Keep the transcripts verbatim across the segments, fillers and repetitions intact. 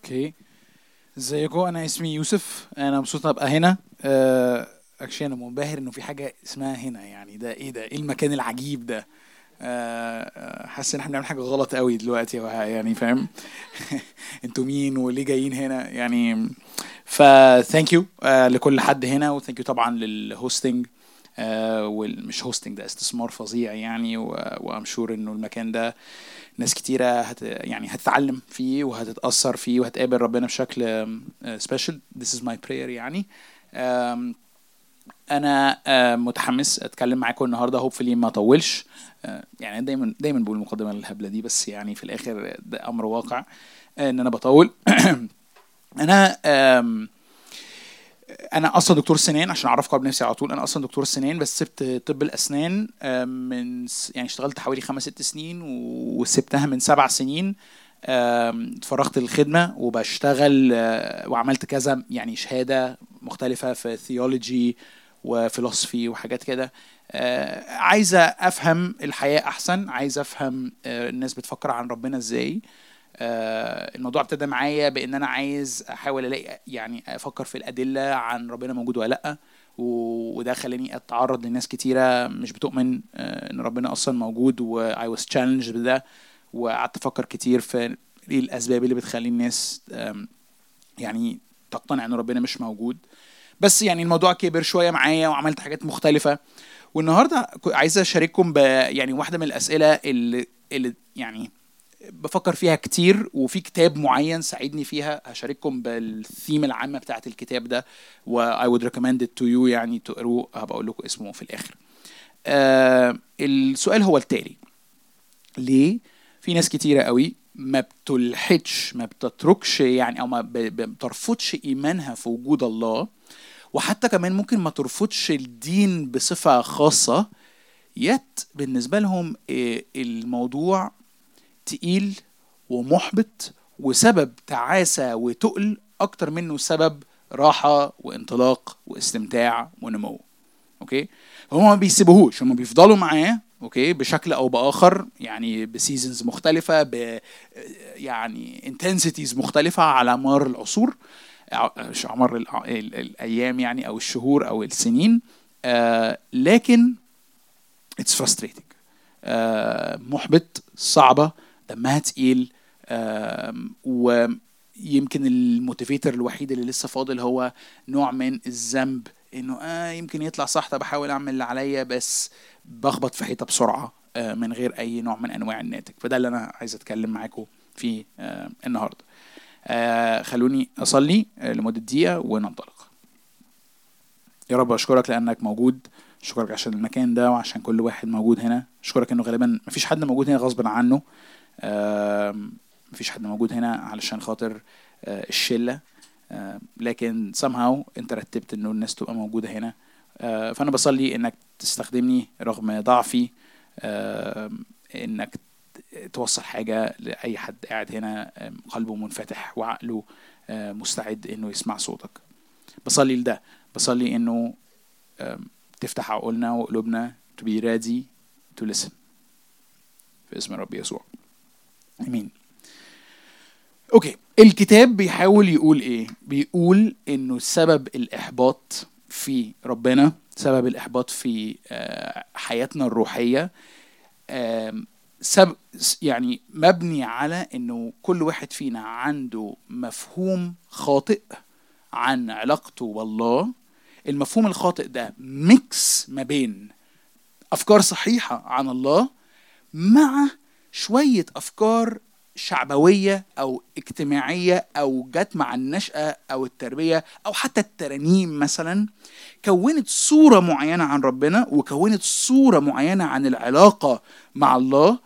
اوكي، ازيكم؟ انا اسمي يوسف، انا مبسوط ابقى هنا. اكشلي انا منبهر انه في حاجه اسمها هنا، يعني ده ايه؟ ده ايه المكان العجيب ده؟ آه، آه، حاسس ان احنا بنعمل حاجه غلط قوي دلوقتي، وه- يعني فاهم. انتوا مين وليه جايين هنا يعني؟ ف ثانك يو لكل حد هنا، وثانك يو طبعا للهوستنج. ومش هوستنج، ده استثمار فظيع يعني، وام شور انه المكان ده ناس كتيرة هت يعني هتتعلم فيه وهتتأثر فيه وهتقابل ربنا بشكل سبيشال. This is my prayer يعني. آم، أنا آم، متحمس أتكلم معاكم النهاردة، hopefully ما أطولش. آه، يعني دايما دايما بقول المقدمة الهبلة دي، بس يعني في الآخر ده أمر واقع، آه، إن أنا بطول. أنا آم، انا اصلا دكتور سنان، عشان اعرفكم بنفسي على طول. انا اصلا دكتور سنان، بس سبت طب الاسنان آم، من س- يعني اشتغلت حوالي خمس ست سنين، وسبتها من سبع سنين. آم، اتفرغت للخدمة وبشتغل، آه، وعملت كذا يعني شهادة مختلفة في ثيولوجي وفلسفي وحاجات كده. آه، عايزة افهم الحياة احسن، عايزة افهم آه، الناس بتفكر عن ربنا ازاي. آه، الموضوع ابتدى معايا بان انا عايز احاول الاقي، يعني افكر في الادله عن ربنا موجود ولا لا. و- وده خلاني اتعرض لناس كتيره مش بتؤمن آه، ان ربنا اصلا موجود، و I was challenged بده. وقعدت افكر كتير في ايه الاسباب اللي بتخلي الناس آم، يعني تقتنع ان ربنا مش موجود. بس يعني الموضوع كبر شويه معايا وعملت حاجات مختلفه. والنهارده ك- عايز اشارككم ب يعني واحده من الاسئله اللي اللي يعني بفكر فيها كتير، وفي كتاب معين ساعدني فيها. هشارككم بالثيم العامة بتاعت الكتاب ده، و I would recommend it to you يعني تقروه. هبقى اقول لكم اسمه في الاخر. آه السؤال هو التالي: ليه في ناس كتيرة قوي ما بتلحدش، ما بتتركش يعني، او ما ب- ب- بترفضش ايمانها في وجود الله، وحتى كمان ممكن ما ترفضش الدين بصفة خاصة، يت بالنسبة لهم آه، الموضوع تقيل ومحبط وسبب تعاسة وتقل أكتر منه سبب راحة وانطلاق واستمتاع ونمو؟ اوكي، هم ما بيسيبوهوش، هم بيفضلوا معاه اوكي بشكل او باخر، يعني بسيزونز مختلفه، ب يعني انتنسيتيز مختلفه على مر العصور، ع- مش على مر الع- ال- الايام يعني، او الشهور او السنين. آه لكن it's frustrating، آه محبط، صعبة، دمها تقيل. آم، ويمكن الموتيفيتر الوحيد اللي لسه فاضل هو نوع من الذنب، انه اه يمكن يطلع صح، طب بحاول اعمل اللي عليا، بس بخبط في حيطة بسرعة آه من غير اي نوع من انواع الناتج. فده اللي انا عايز اتكلم معاكم فيه آه النهارده. آه خلوني اصلي آه لمدة دقيقة وننطلق. يا رب أشكرك لأنك موجود، أشكرك عشان المكان ده وعشان كل واحد موجود هنا. أشكرك إنه غالبا مفيش حد موجود هنا غصب عنه. آم، مفيش حد موجود هنا علشان خاطر آه، الشلة. آم، لكن somehow أنت رتبت إنه الناس تبقى موجودة هنا. آه، فأنا بصلي إنك تستخدمني رغم ضعفي، آم، إنك توصل حاجة لأي حد قاعد هنا آم، قلبه منفتح وعقله آه، مستعد إنه يسمع صوتك. بصلي لده، بصلي انه آم، تفتح عقولنا وقلوبنا to be ready to listen في اسم الرب يسوع، امين. اوكي، الكتاب بيحاول يقول ايه؟ بيقول انه سبب الاحباط في ربنا، سبب الاحباط في آه، حياتنا الروحية، آم، سب يعني مبني على انه كل واحد فينا عنده مفهوم خاطئ عن علاقته بالله. المفهوم الخاطئ ده ميكس ما بين أفكار صحيحة عن الله مع شوية أفكار شعبوية أو اجتماعية أو جت مع النشأة أو التربية أو حتى الترانيم مثلا، كونت صورة معينة عن ربنا وكونت صورة معينة عن العلاقة مع الله.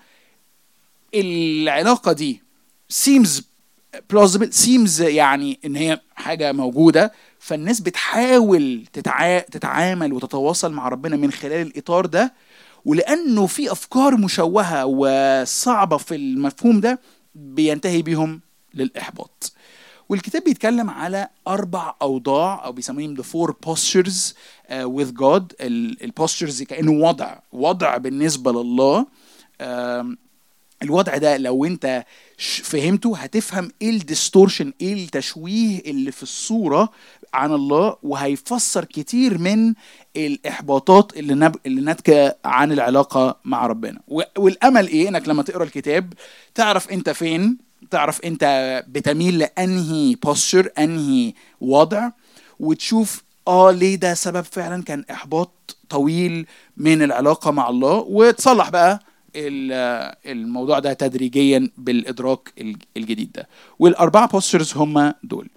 العلاقة دي seems plausible، seems يعني ان هي حاجة موجودة، فالناس بتحاول تتعا... تتعامل وتتواصل مع ربنا من خلال الإطار ده. ولأنه في أفكار مشوهة وصعبة في المفهوم ده، بينتهي بيهم للإحباط. والكتاب بيتكلم على أربع أوضاع، أو بيسميهم the four postures uh, with God. ال- ال postures كأنه وضع وضع بالنسبة لله. آم، الوضع ده لو انت فهمته هتفهم ايه الديستورشن، ايه التشويه اللي في الصورة عن الله، وهيفسر كتير من الاحباطات اللي نب... اللي ناتجه عن العلاقة مع ربنا. و... والامل ايه؟ انك لما تقرا الكتاب تعرف انت فين، تعرف انت بتميل لانهي بوستشر، انهي وضع، وتشوف اه ليه ده سبب فعلا كان احباط طويل من العلاقة مع الله، وتصلح بقى الموضوع ده تدريجيا بالادراك الجديد ده. والاربعه بوسترز هم دول: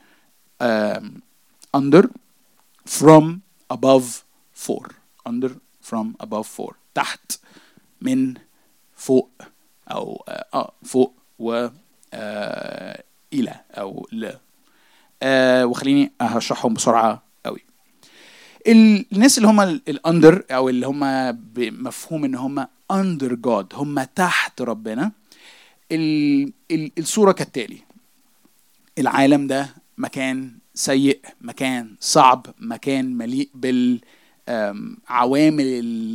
under, from, above, for. under, from, above, for. تحت، من، فوق، او اه فوق، و آه الى او لا. آه وخليني هشرحهم بسرعه قوي. الناس اللي هم الاندر، او اللي هم بمفهوم ان هم under God، هم تحت ربنا. الصورة كالتالي: العالم ده مكان سيء، مكان صعب، مكان مليء بالعوامل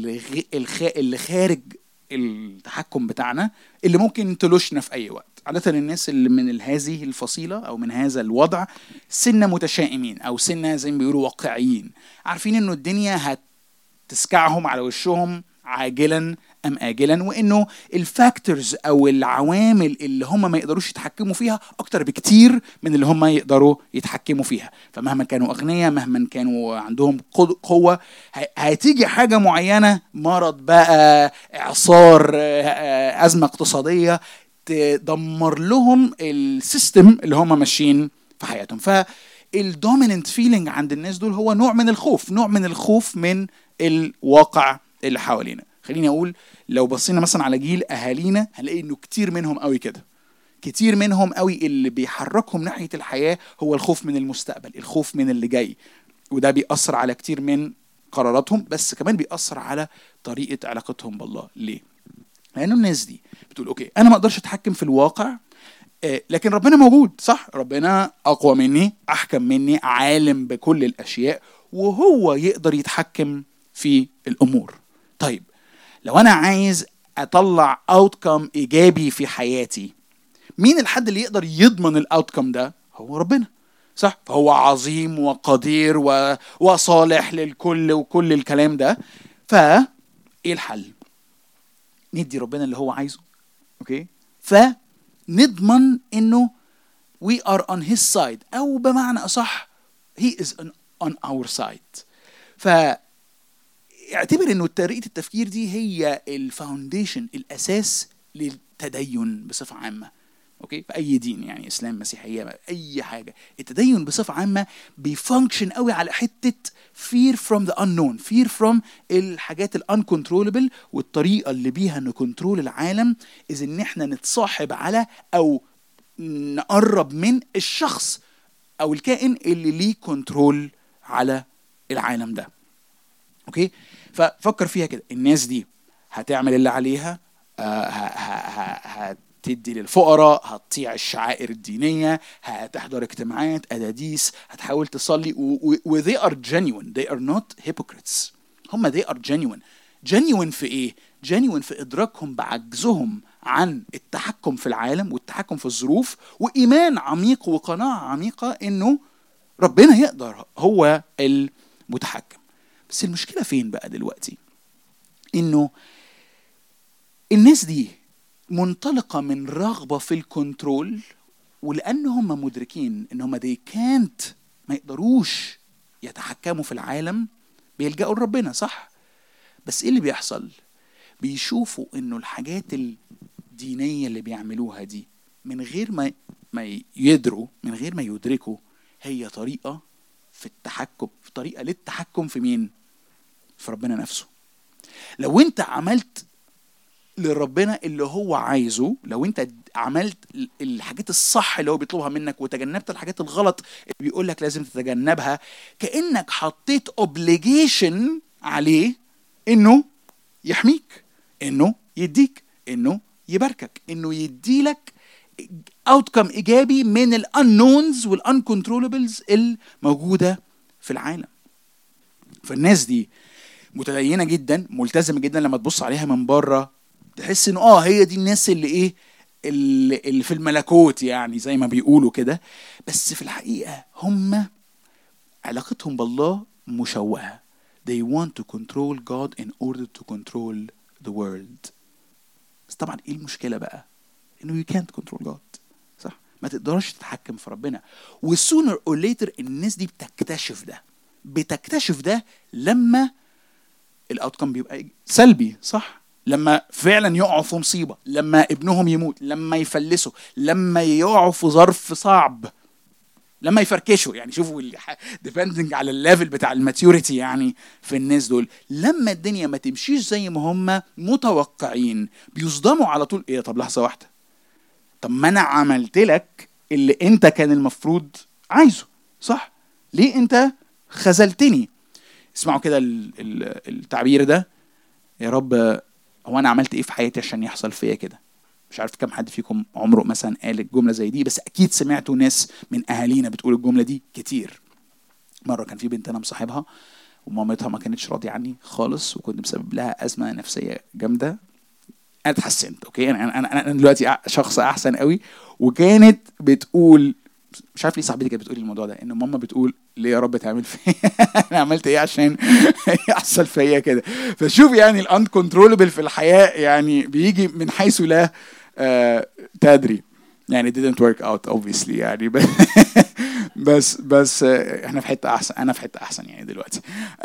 اللي خارج التحكم بتاعنا، اللي ممكن تلوشنا في أي وقت. عادة الناس اللي من هذه الفصيلة أو من هذا الوضع سنة متشائمين، أو سنة زي ما بيقولوا واقعيين، عارفين إنه الدنيا هتسكعهم على وشهم عاجلا أم آجلا، وإنه الفاكتورز أو العوامل اللي هم ما يقدروش يتحكموا فيها أكتر بكتير من اللي هم يقدروا يتحكموا فيها. فمهما كانوا أغنياء، مهما كانوا عندهم قوة، هتيجي حاجة معينة، مرض بقى، إعصار، أزمة اقتصادية، تدمر لهم السيستم اللي هم ماشيين في حياتهم. فالدوميننت فيلينج عند الناس دول هو نوع من الخوف، نوع من الخوف من الواقع اللي حوالينا. خليني اقول لو بصينا مثلا على جيل اهالينا هنلاقي انه كتير منهم قوي كده، كتير منهم قوي اللي بيحركهم ناحية الحياة هو الخوف من المستقبل، الخوف من اللي جاي، وده بيأثر على كتير من قراراتهم، بس كمان بيأثر على طريقة علاقتهم بالله. ليه؟ لأنه الناس دي بتقول اوكي انا ما اقدرش اتحكم في الواقع، لكن ربنا موجود، صح؟ ربنا اقوى مني، احكم مني، عالم بكل الاشياء، وهو يقدر يتحكم في الامور. طيب لو انا عايز اطلع اوتكم ايجابي في حياتي، مين الحد اللي يقدر يضمن الاوتكم ده؟ هو ربنا، صح؟ فهو عظيم وقدير و... وصالح للكل وكل الكلام ده. فايه الحل؟ ندي ربنا اللي هو عايزه، اوكي؟ فنضمن انه we are on his side، او بمعنى اصح he is on our side. ف اعتبر انه طريقه التفكير دي هي الفاونديشن، الاساس للتدين بصفه عامه، اوكي؟ في اي دين، يعني اسلام، مسيحيه، اي حاجه، التدين بصفه عامه بيفانكشن قوي على حته fear from the unknown، fear from الحاجات الانكنترولبل. والطريقه اللي بيها نكنترول العالم اذا ان احنا نتصاحب على او نقرب من الشخص او الكائن اللي ليه كنترول على العالم ده، اوكي؟ ففكر فيها كده، الناس دي هتعمل اللي عليها، هتدي للفقراء، هتطيع الشعائر الدينية، هتحضر اجتماعات، أداديس، هتحاول تصلي، و they are genuine، they are not hypocrites. هم they are genuine. genuine في ايه؟ genuine في إدراكهم بعجزهم عن التحكم في العالم والتحكم في الظروف، وإيمان عميق وقناعة عميقة إنه ربنا يقدر هو المتحكم. بس المشكلة فين بقى دلوقتي؟ إنه الناس دي منطلقة من رغبة في الكنترول، ولأن هم مدركين إن هم they can't، ما يقدروش يتحكموا في العالم، بيلجأوا لربنا، صح؟ بس إيه اللي بيحصل؟ بيشوفوا إنه الحاجات الدينية اللي بيعملوها دي من غير ما ما يدروا، من غير ما يدركوا، هي طريقة في التحكم، في طريقة للتحكم في مين؟ في ربنا نفسه. لو انت عملت لربنا اللي هو عايزه، لو انت عملت الحاجات الصح اللي هو بيطلبها منك وتجنبت الحاجات الغلط اللي بيقول لك لازم تتجنبها، كأنك حطيت obligation عليه انه يحميك، انه يديك، انه يباركك، انه يديلك outcome ايجابي من الانونز والانكنترولبلز الموجوده في العالم. فالناس دي متدينه جدا، ملتزمه جدا، لما تبص عليها من بره تحس انه اه هي دي الناس اللي ايه اللي, اللي في الملكوت يعني زي ما بيقولوا كده، بس في الحقيقة هم علاقتهم بالله مشوهة. they want to control God in order to control the world. بس طبعا ايه المشكلة بقى؟ انه you can't control God، صح؟ ما تقدرش تتحكم في ربنا. و sooner or later الناس دي بتكتشف ده بتكتشف ده لما الاوتكم بيبقى سلبي، صح؟ لما فعلا يقعوا في مصيبة، لما ابنهم يموت، لما يفلسوا، لما يقعوا في ظرف صعب، لما يفركشوا. يعني شوفوا ديبندنج على الليفل بتاع الماتيوريتي يعني في الناس دول، لما الدنيا ما تمشيش زي ما هم متوقعين بيصدموا على طول. ايه طب لحظة واحدة، طب ما انا عملت لك اللي انت كان المفروض عايزه، صح؟ ليه انت خذلتني؟ اسمعوا كده التعبير ده، يا رب هو انا عملت ايه في حياتي عشان يحصل فيا كده؟ مش عارف كم حد فيكم عمره مثلا قال الجمله زي دي، بس اكيد سمعتوا ناس من اهالينا بتقول الجمله دي كتير. مره كان في بنت انا مصاحبها ومامتها ما كانتش راضيه عني خالص، وكنت مسبب لها ازمه نفسيه جامده. انا اتحسنت، اوكي، انا انا انا دلوقتي شخص احسن قوي. وكانت بتقول، مش عارف ليه صاحبتي كانت بتقول الموضوع ده، ان ماما بتقول ليه يا رب تعمل فيا انا عملت ايه عشان يحصل فيا كده؟ فشوف يعني الان كنترولبل في الحياه يعني بيجي من حيث لا آه تدري. يعني didn't work out obviously يعني بس بس آه احنا في حته احسن، انا في حته احسن يعني دلوقتي.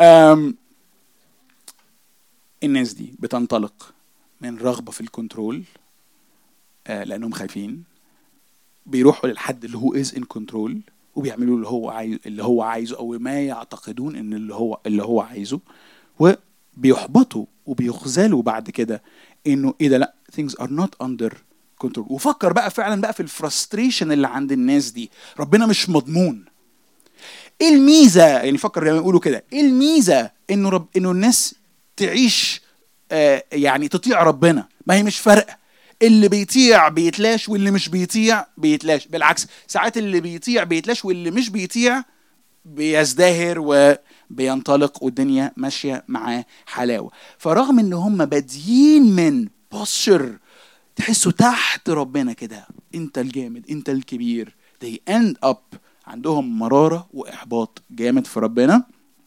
الناس دي بتنطلق من رغبه في الكنترول آه لانهم خايفين، بيروحوا للحد اللي هو is in control وبيعملوا اللي هو عايز اللي هو عايزه او ما يعتقدون ان اللي هو اللي هو عايزه، وبيحبطوا وبيخذلوا بعد كده انه ايه ده، لا things are not under control. وفكر بقى فعلا بقى في الفرستريشن اللي عند الناس دي، ربنا مش مضمون. ايه الميزه يعني؟ فكر لما يقولوا كده، ايه الميزه انه رب انه الناس تعيش آه يعني تطيع ربنا؟ ما هي مش فارقه، اللي بيطيع بيتلاش واللي مش بيطيع بيتلاش. بالعكس ساعات اللي بيطيع بيتلاش واللي مش بيطيع بيزدهر وبينطلق والدنيا ماشية معاه حلاوة. فرغم ان هم بادئين من بوستشر تحسوا تحت ربنا كده، انت الجامد انت الكبير، they end up عندهم مرارة واحباط جامد في ربنا،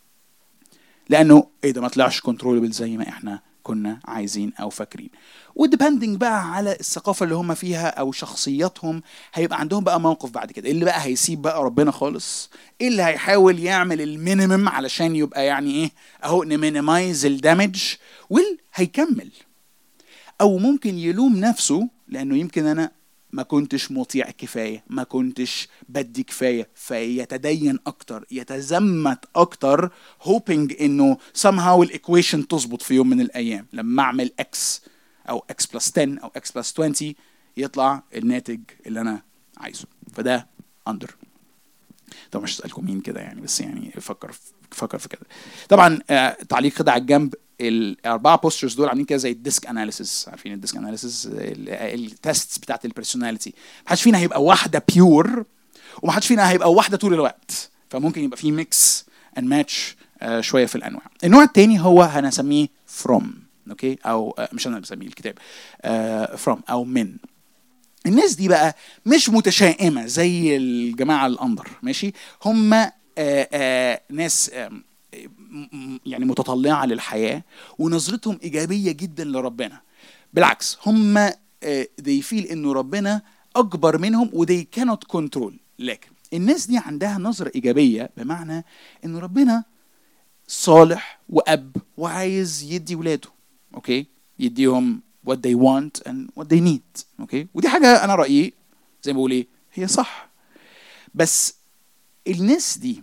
لانه ايه ده ما طلعش كنترولبل زي ما احنا كنا عايزين او فاكرين. وديبندنج بقى على الثقافه اللي هم فيها او شخصياتهم، هيبقى عندهم بقى موقف بعد كده اللي بقى هيسيب بقى ربنا خالص، اللي هيحاول يعمل المينيمم علشان يبقى يعني ايه اهو نمينيمايز الدامج، واللي هيكمل. او ممكن يلوم نفسه لانه يمكن انا ما كنتش مطيع كفايه، ما كنتش بدي كفايه، فيتدين اكتر يتزمت اكتر hoping انه somehow الايكويشن تظبط في يوم من الايام، لما اعمل x او x plus ten او x plus twenty يطلع الناتج اللي انا عايزه. فده under. طبعا مش اسالكم مين كده يعني، بس يعني فكر فكر في كده. طبعا آه تعليق كده على الجنب، الاربعه بوسترز دول عاملين كده زي الديسك اناليسيس. عارفين الديسك اناليسيس؟ التيست بتاعت البيرسوناليتي. ما حدش فينا هيبقى واحده بيور وما حدش فينا هيبقى واحده طول الوقت، فممكن يبقى في ميكس اند ماتش آه شويه في الانواع. النوع الثاني هو هنسميه فروم، اوكي، او آه مش انا بسميه الكتاب آه فروم او من. الناس دي بقى مش متشائمه زي الجماعه الانظر، ماشي، هم آه آه ناس آه يعني متطلعه للحياه ونظرتهم ايجابيه جدا لربنا. بالعكس هم they feel انه ربنا اكبر منهم و they cannot control. لكن الناس دي عندها نظره ايجابيه بمعنى انه ربنا صالح واب وعايز يدي ولاده، اوكي، يديهم what they want and what they need، اوكي. ودي حاجه انا رايي زي ما بقول ايه هي صح. بس الناس دي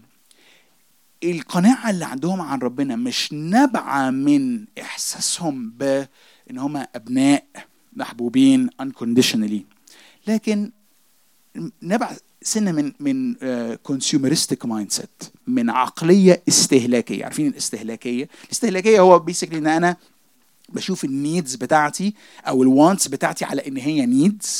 القناعة اللي عندهم عن ربنا مش نابعة من إحساسهم بأن هم أبناء محبوبين unconditionally، لكن نابعة سنة من من consumeristic mindset، من عقلية استهلاكية. عارفين الاستهلاكية؟ الاستهلاكية هو basically إن أنا بشوف النيدز بتاعتي أو الوانتس بتاعتي على إن هي نيدز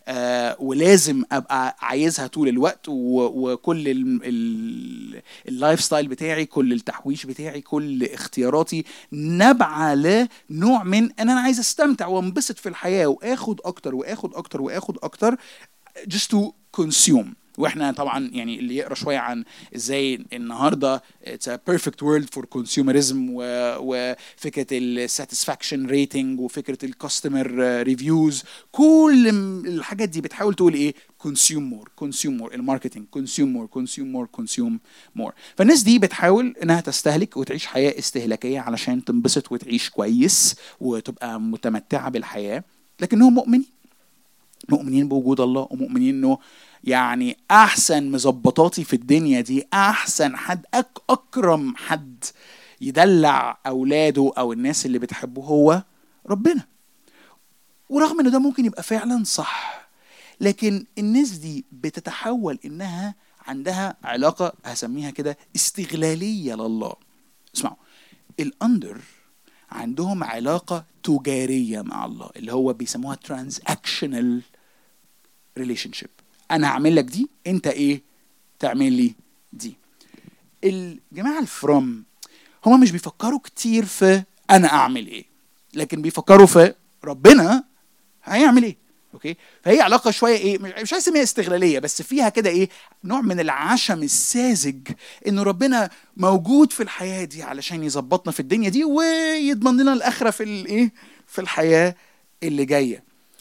آه ولازم ابقى عايزها طول الوقت، وكل اللايف ستايل بتاعي، كل التحويش بتاعي، كل اختياراتي نابعه لنوع من ان انا عايز استمتع وانبسط في الحياه واخد اكتر واخد اكتر واخد اكتر just to consume. واحنا طبعا يعني اللي يقرا شويه عن ازاي النهارده it's a perfect world for consumerism وفكره الساتسفاكشن ريتنج وفكره الكاستمر ريفيوز، كل الحاجات دي بتحاول تقول ايه؟ consume more consume more. الماركتنج consume more consume more consume more. فالناس دي بتحاول انها تستهلك وتعيش حياه استهلاكيه علشان تنبسط وتعيش كويس وتبقى متمتعه بالحياه، لكنهم مؤمنين مؤمنين بوجود الله، ومؤمنين انه يعني احسن مظبطاتي في الدنيا دي، احسن حد أك اكرم حد يدلع اولاده او الناس اللي بتحبه هو ربنا. ورغم انه ده ممكن يبقى فعلا صح، لكن الناس دي بتتحول انها عندها علاقة هسميها كده استغلالية لله. اسمعوا، الاندر عندهم علاقة تجارية مع الله اللي هو بيسموها transactional relationship. انا هعمل لك دي، انت ايه تعمل لي دي. الجماعة الفروم هما مش بيفكروا كتير في انا اعمل ايه، لكن بيفكروا في ربنا هيعمل ايه. اوكي، فهي علاقه شويه ايه، مش عايز اسميها استغلاليه، بس فيها كده ايه نوع من العشم الساذج انه ربنا موجود في الحياه دي علشان يظبطنا في الدنيا دي ويضمن لنا الاخره في الايه في الحياه اللي جايه.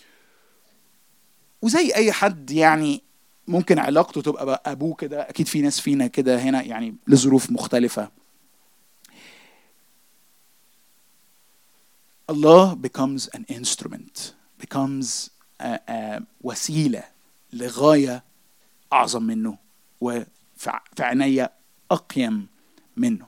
وزي اي حد يعني ممكن علاقته تبقى بقى ابوه كده، اكيد في ناس فينا كده هنا يعني لظروف مختلفه. الله becomes an instrument, becomes آآ آآ وسيلة لغاية أعظم منه وفي عناية أقيم منه.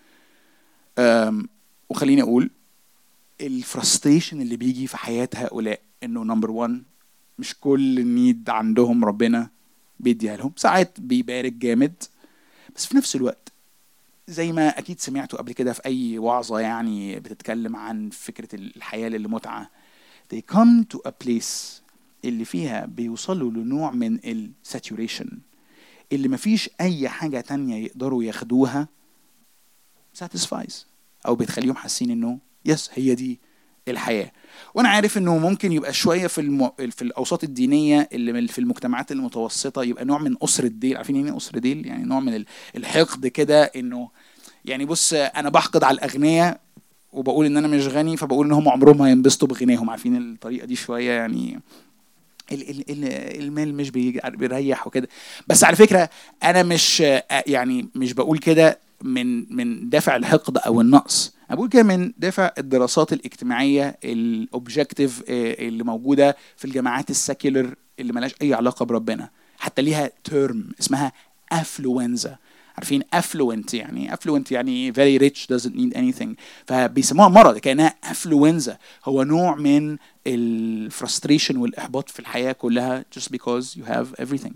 وخليني أقول الفرستريشن اللي بيجي في حياة هؤلاء إنه نمبر وان مش كل النيد عندهم ربنا بيديها لهم، ساعات بيبارك جامد، بس في نفس الوقت زي ما أكيد سمعتوا قبل كده في أي وعظة يعني بتتكلم عن فكرة الحياة للمتعة، they come to a place اللي فيها بيوصلوا لنوع من الساتوريشن اللي مفيش أي حاجة تانية يقدروا ياخدوها satisfies أو بتخليهم حاسين إنه يس هي دي الحياة. وأنا عارف إنه ممكن يبقى شوية في الم... في الأوساط الدينية اللي في المجتمعات المتوسطة يبقى نوع من أسر الديل. عارفين يعني أسر ديل؟ يعني نوع من الحقد كده، إنه يعني بص أنا بحقد على الأغنياء وبقول ان انا مش غني، فبقول ان هم عمرهم ما هينبسطوا بغناهم. عارفين الطريقه دي شويه يعني ال ال ال المال مش بيريح وكده. بس على فكره انا مش يعني مش بقول كده من من دافع الحقد او النقص، انا بقول كده من دافع الدراسات الاجتماعيه الاوبجكتيف اللي موجوده في الجامعات السكيولر اللي ملهاش اي علاقه بربنا. حتى ليها تيرم اسمها افلوينزا. عارفين affluent يعني affluent يعني very rich doesn't need anything، فبيسموها مرض كأنها affluenza. هو نوع من الفرستريشن والإحباط في الحياة كلها just because you have everything.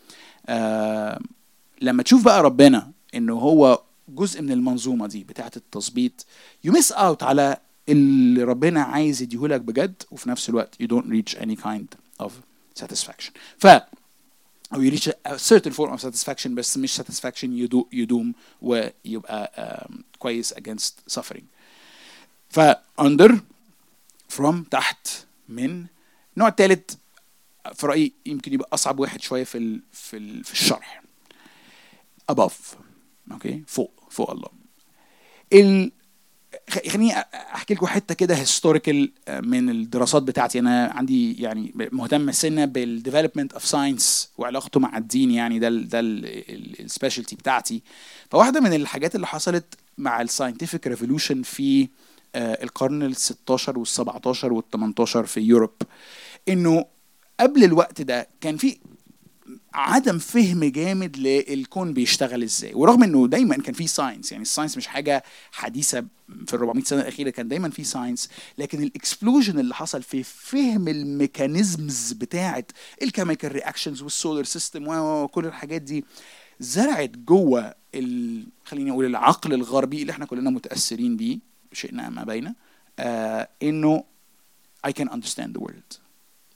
آه لما تشوف بقى ربنا إنه هو جزء من المنظومة دي بتاعة التظبيط، you miss out على اللي ربنا عايز يديهولك بجد، وفي نفس الوقت you don't reach any kind of satisfaction. ف أو you reach a certain form of satisfaction بس مش satisfaction يدو يدوم ويبقى um, كويس against suffering. ف under from تحت من. النوع الثالث في رأيي يمكن يبقى أصعب واحد شوية في ال في ال في الشرح. above أوكي فوق فوق الله. ال خليني احكي لكم حته كده هيستوريكال من الدراسات بتاعتي. انا عندي يعني مهتم سنه بالديفلوبمنت اوف ساينس وعلاقته مع الدين، يعني ده ال ده السبيشالتي بتاعتي. فواحده من الحاجات اللي حصلت مع الساينتفك ريفولوشن في القرن الستاشر والسبعتاشر والتمنتاشر في يوروب، انه قبل الوقت ده كان في عدم فهم جامد للكون بيشتغل ازاي. ورغم انه دايما كان في ساينس، يعني الساينس مش حاجه حديثه في الربعمية سنه الاخيره، كان دايما في ساينس، لكن الاكسبلوجن اللي حصل في فهم الميكانيزمز بتاعه الكيميكال رياكشنز والسولار سيستم وكل الحاجات دي زرعت جوه ال... خليني اقول العقل الغربي اللي احنا كلنا متاثرين بيه شئنا ما بينا، آه انه I can understand the world.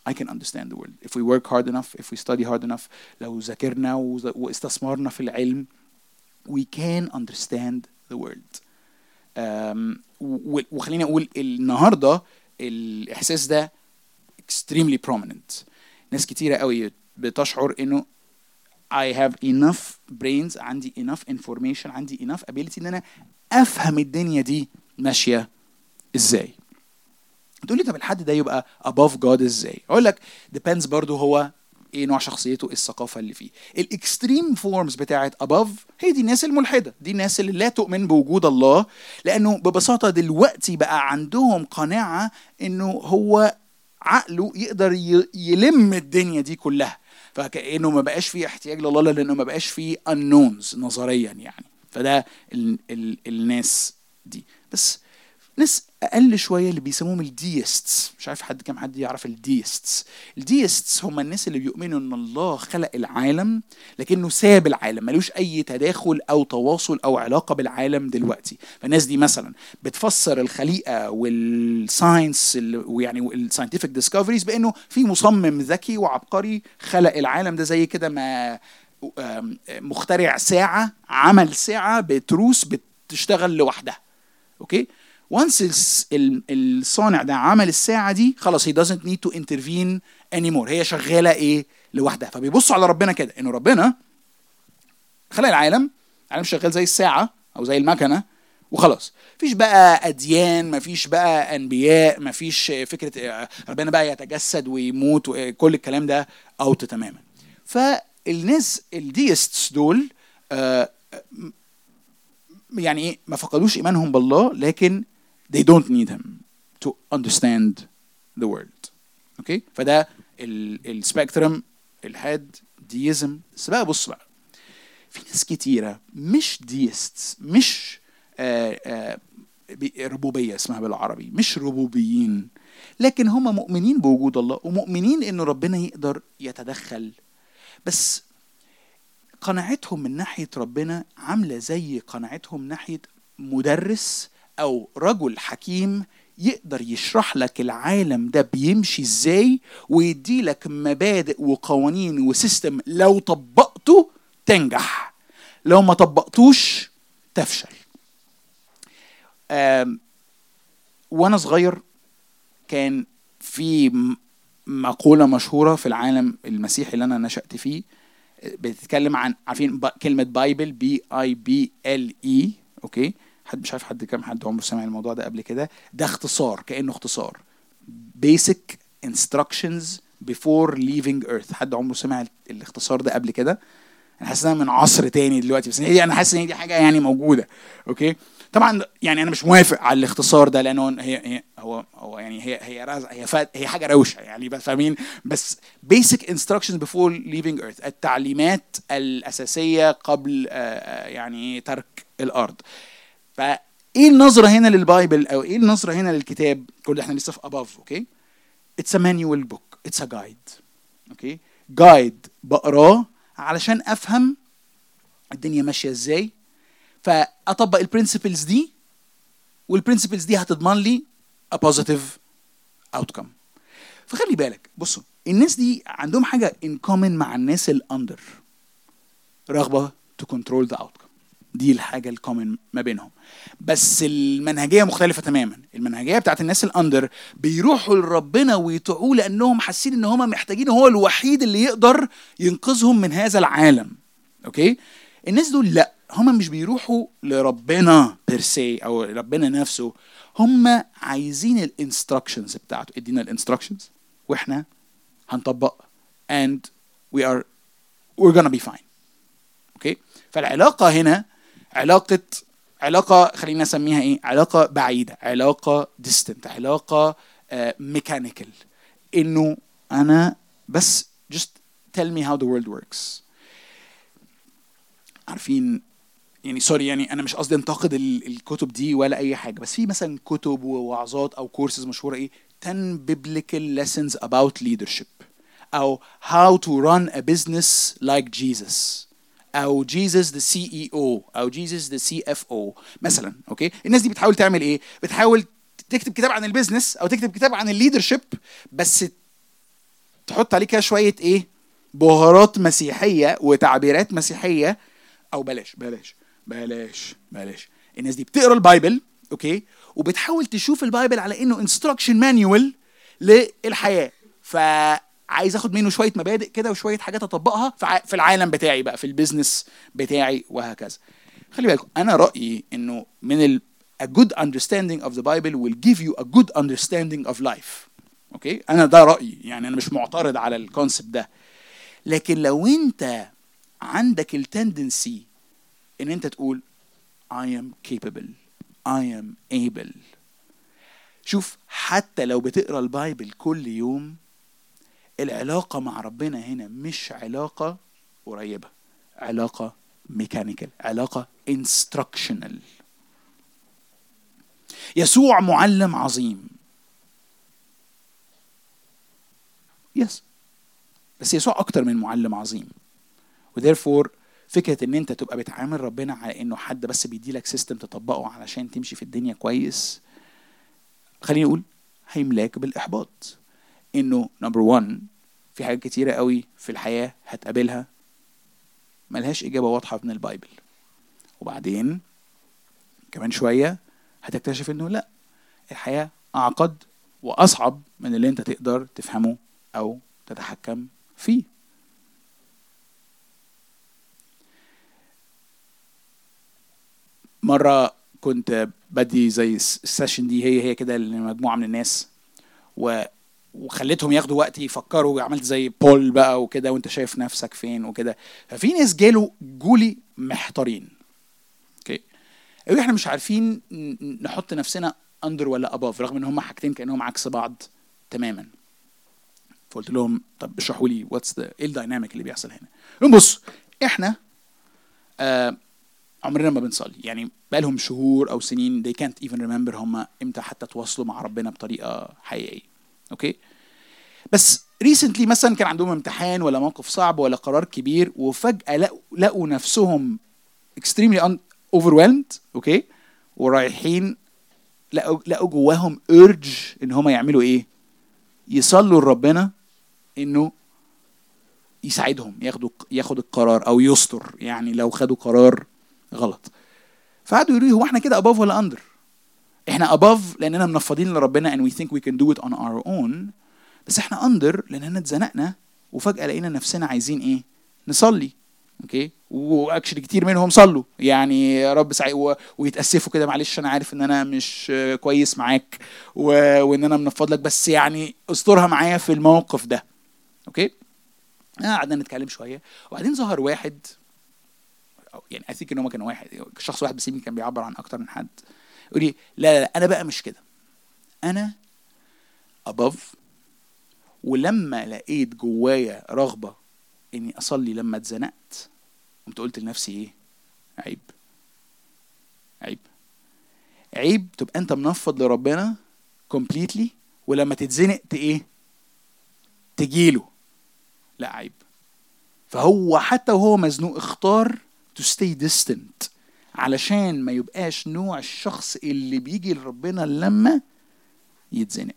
I can understand the world. If we work hard enough, if we study hard enough, لو ذاكرنا واستثمرنا في العلم, we can understand the world. um, وخليني أقول النهاردة الإحساس ده extremely prominent. ناس كتيرة قوي بتشعر إنه I have enough brains, عندي enough information, عندي enough ability إن أنا أفهم الدنيا دي ماشية إزاي. تقول لي طب الحد ده يبقى above God ازاي؟ اقول لك depends برضو هو ايه نوع شخصيته، ايه الثقافه اللي فيه. الاكستريم فورمز بتاعت above هي دي الناس الملحده، دي الناس اللي لا تؤمن بوجود الله، لانه ببساطه دلوقتي بقى عندهم قناعه انه هو عقله يقدر يلم الدنيا دي كلها، فكانه ما بقاش فيه احتياج لله لانه ما بقاش فيه unknowns نظريا يعني. فده ال ال الناس دي. بس ناس اقل شويه اللي بيسموهم الديستس، مش عارف حد كم حد يعرف الديستس. الديستس هم الناس اللي بيؤمنوا ان الله خلق العالم لكنه ساب العالم، ملوش اي تداخل او تواصل او علاقه بالعالم دلوقتي. فالناس دي مثلا بتفسر الخليقه والساينس ويعني الساينتفك ديسكفريز بانه في مصمم ذكي وعبقري خلق العالم ده، زي كده ما مخترع ساعه عمل ساعه بتروس بتشتغل لوحدها. اوكي، once الصانع ده عمل الساعة دي خلاص he doesn't need to intervene anymore، هي شغالة ايه لوحدها. فبيبصوا على ربنا كده انه ربنا خلق العالم، العالم شغال زي الساعة او زي المكنة وخلاص، مفيش بقى اديان، مفيش بقى انبياء، مفيش فكرة ربنا بقى يتجسد ويموت وكل الكلام ده اوت تماما. فالناس الديستس دول آه يعني ايه، ما فقدوش ايمانهم بالله لكن they don't need him to understand the world. اوكي، فده السبيكترم الحاد ديزم. بس بقى بص بقى، في ناس كتيره مش ديستس، مش آآ آآ ربوبيه اسمها بالعربي، مش ربوبيين، لكن هم مؤمنين بوجود الله ومؤمنين انه ربنا يقدر يتدخل، بس قناعتهم من ناحيه ربنا عامله زي قناعتهم ناحيه مدرس او رجل حكيم يقدر يشرح لك العالم ده بيمشي ازاي ويدي لك مبادئ وقوانين وسيستم، لو طبقته تنجح، لو ما طبقتوش تفشل. وانا صغير كان في مقولة مشهورة في العالم المسيحي اللي انا نشأت فيه بتتكلم عن، عارفين كلمة بايبل، بي اي بي ال اي، اوكي، حد مش عارف حد كم حد عمره سمع الموضوع ده قبل كده. ده اختصار، كأنه اختصار basic instructions before leaving earth. حد عمره سمع الاختصار ده قبل كده؟ انا حاسس من عصر تاني دلوقتي، بس هي انا حاسس ان دي حاجه يعني موجوده. اوكي، طبعا يعني انا مش موافق على الاختصار ده لانه هي هي هو هو يعني هي هي راز هي فات هي حاجه روشه يعني، بس فاهمين؟ بس basic instructions before leaving earth، التعليمات الاساسيه قبل يعني ترك الارض. فايه النظره هنا للبايبل او ايه النظره هنا للكتاب؟ كل احنا لسه في above. اوكي، it's a manual book, it's a guide. اوكي، جايد بقراه علشان افهم الدنيا ماشيه ازاي، فاطبق البرنسبلز دي، والبرنسبلز دي هتضمن لي a positive outcome. فخلي بالك، بصوا الناس دي عندهم حاجه in common مع الناس الاندر، رغبه to control the outcome. دي الحاجه الكومن ما بينهم، بس المنهجيه مختلفه تماما. المنهجيه بتاعت الناس الاندر بيروحوا لربنا ويطيعوه لانهم حاسين ان هم محتاجين، هو الوحيد اللي يقدر ينقذهم من هذا العالم. اوكي، الناس دول لا، هم مش بيروحوا لربنا بيرسي او ربنا نفسه، هم عايزين الانستراكشنز بتاعته. ادينا الانستراكشنز واحنا هنطبق and we are we're gonna be fine. اوكي، فالعلاقه هنا علاقة علاقة خلينا نسميها ايه، علاقة بعيدة، علاقة distant، علاقة ميكانيكال، uh, انه انا بس just tell me how the world works. عارفين يعني سوري يعني انا مش قصدي انتقد الكتب دي ولا اي حاجة، بس في مثلا كتب ووعظات او كورسز مشهورة ايه ten biblical lessons about leadership او how to run a business like Jesus او جيسس ذا سي اي او او جيسس ذا سي اف او مثلا. اوكي، الناس دي بتحاول تعمل ايه؟ بتحاول تكتب كتاب عن البيزنس او تكتب كتاب عن الليدرشيب، بس تحط عليه كده شويه ايه، بهارات مسيحيه وتعبيرات مسيحيه، او بلاش بلاش بلاش بلاش الناس دي بتقرا البايبل اوكي، وبتحاول تشوف البايبل على انه انستراكشن مانيوال للحياه، فعايز اخد منه شويه مبادئ كده وشويه حاجات اطبقها في العالم بتاعي بقى، في البيزنس بتاعي وهكذا. خلي بالكم انا رايي انه من ال a good understanding of the Bible will give you a good understanding of life. اوكي انا ده رايي، يعني انا مش معترض على الكونسبت ده. لكن لو انت عندك التندنسي ان انت تقول I am capable I am able، شوف حتى لو بتقرا البايبل كل يوم، العلاقه مع ربنا هنا مش علاقه قريبه، علاقه ميكانيكال، علاقه instructional. يسوع معلم عظيم يس، بس يسوع اكتر من معلم عظيم. وtherefore فكره ان انت تبقى بتعامل ربنا على انه حد بس بيدي لك سيستم تطبقه علشان تمشي في الدنيا كويس، خليني اقول هيملاك بالاحباط. انه نمبر واحد في حاجات كتيره قوي في الحياه هتقابلها ملهاش اجابه واضحه من البايبل، وبعدين كمان شويه هتكتشف انه لا، الحياه اعقد واصعب من اللي انت تقدر تفهمه او تتحكم فيه. مرة كنت بدي زي السيشن دي هي هي كده لمجموعة من الناس، و وخليتهم ياخدوا وقت يفكروا، عملت زي بول بقى وكده، وانت شايف نفسك فين وكده. ففي ناس جالوا جولي محتارين اوكي، قالوا احنا مش عارفين نحط نفسنا اندر ولا اباف، رغم ان هم حاجتين كانهم عكس بعض تماما. فقلت لهم طب اشرحوا لي واتس ذا ايه الدايناميك اللي بيحصل هنا. قالوا بص احنا آه عمرنا ما بنصلي، يعني بقالهم شهور او سنين they can't even remember هم امتى حتى تواصلوا مع ربنا بطريقه حقيقيه اوكي. بس ريسنتلي مثلا كان عندهم امتحان ولا موقف صعب ولا قرار كبير، وفجاه لقوا لقوا نفسهم extremely overwhelmed اوكي، ورايحين لقوا لقوا جواهم urge ان هم يعملوا ايه، يصلوا لربنا انه يساعدهم ياخدوا ياخد القرار او يستر، يعني لو خدوا قرار غلط. فقعدوا يقولوا هو احنا كده above ولا under؟ احنا above لاننا منفضين لربنا and we think we can do it on our own، بس احنا under لاننا اتزنقنا وفجأة لقينا نفسنا عايزين ايه، نصلي اوكي. واكشلي كتير منهم صلوا يعني يا رب سعي و... ويتأسفوا كده، معلش انا عارف ان انا مش كويس معاك و... وان انا منفض لك، بس يعني استرها معايا في الموقف ده اوكي. قعدنا نتكلم شويه، وبعدين ظهر واحد يعني I think ان هو كان واحد شخص واحد بس كان بيعبر عن اكتر من حد، يقول لي لا لا لا انا بقى مش كده، انا above، ولما لقيت جوايا رغبه اني اصلي لما اتزنقت قمت قلت لنفسي ايه، عيب عيب عيب تبقى انت منفض لربنا completely ولما تتزنق ايه تجيله، لا عيب. فهو حتى وهو مزنوق اختار to stay distant علشان ما يبقاش نوع الشخص اللي بيجي لربنا لما يتزنق.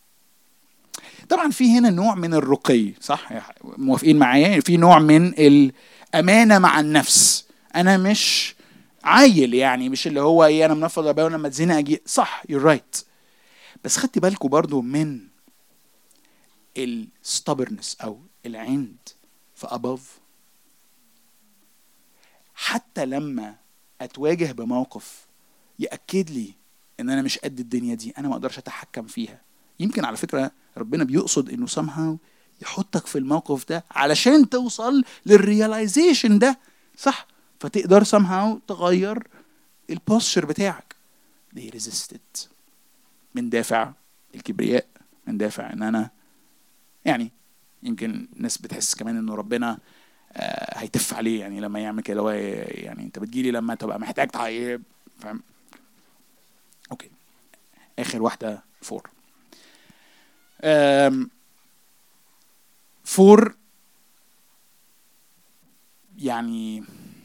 طبعا في هنا نوع من الرقي، صح موافقين معايا؟ في نوع من الامانه مع النفس، انا مش عايل يعني، مش اللي هو ايه انا منفض ربنا لما اتزنق اجي، صح you're right. بس خدت بالكم برضو من الستبرنس او العند في above، حتى لما اتواجه بموقف يأكد لي ان انا مش قد الدنيا دي، انا ما اقدرش اتحكم فيها. يمكن على فكرة ربنا بيقصد انه somehow يحطك في الموقف ده علشان توصل للرياليزيشن ده، صح؟ فتقدر somehow تغير البوستشر بتاعك. they resisted من دافع الكبرياء، من دافع ان انا يعني يمكن ناس بتحس كمان انه ربنا آه هيتف عليه يعني لما يعمل كده، يعني انت بتجيلي لما تبقى محتاج تعيب، فاهم؟ اوكي اخر واحده فور. أم فور يعني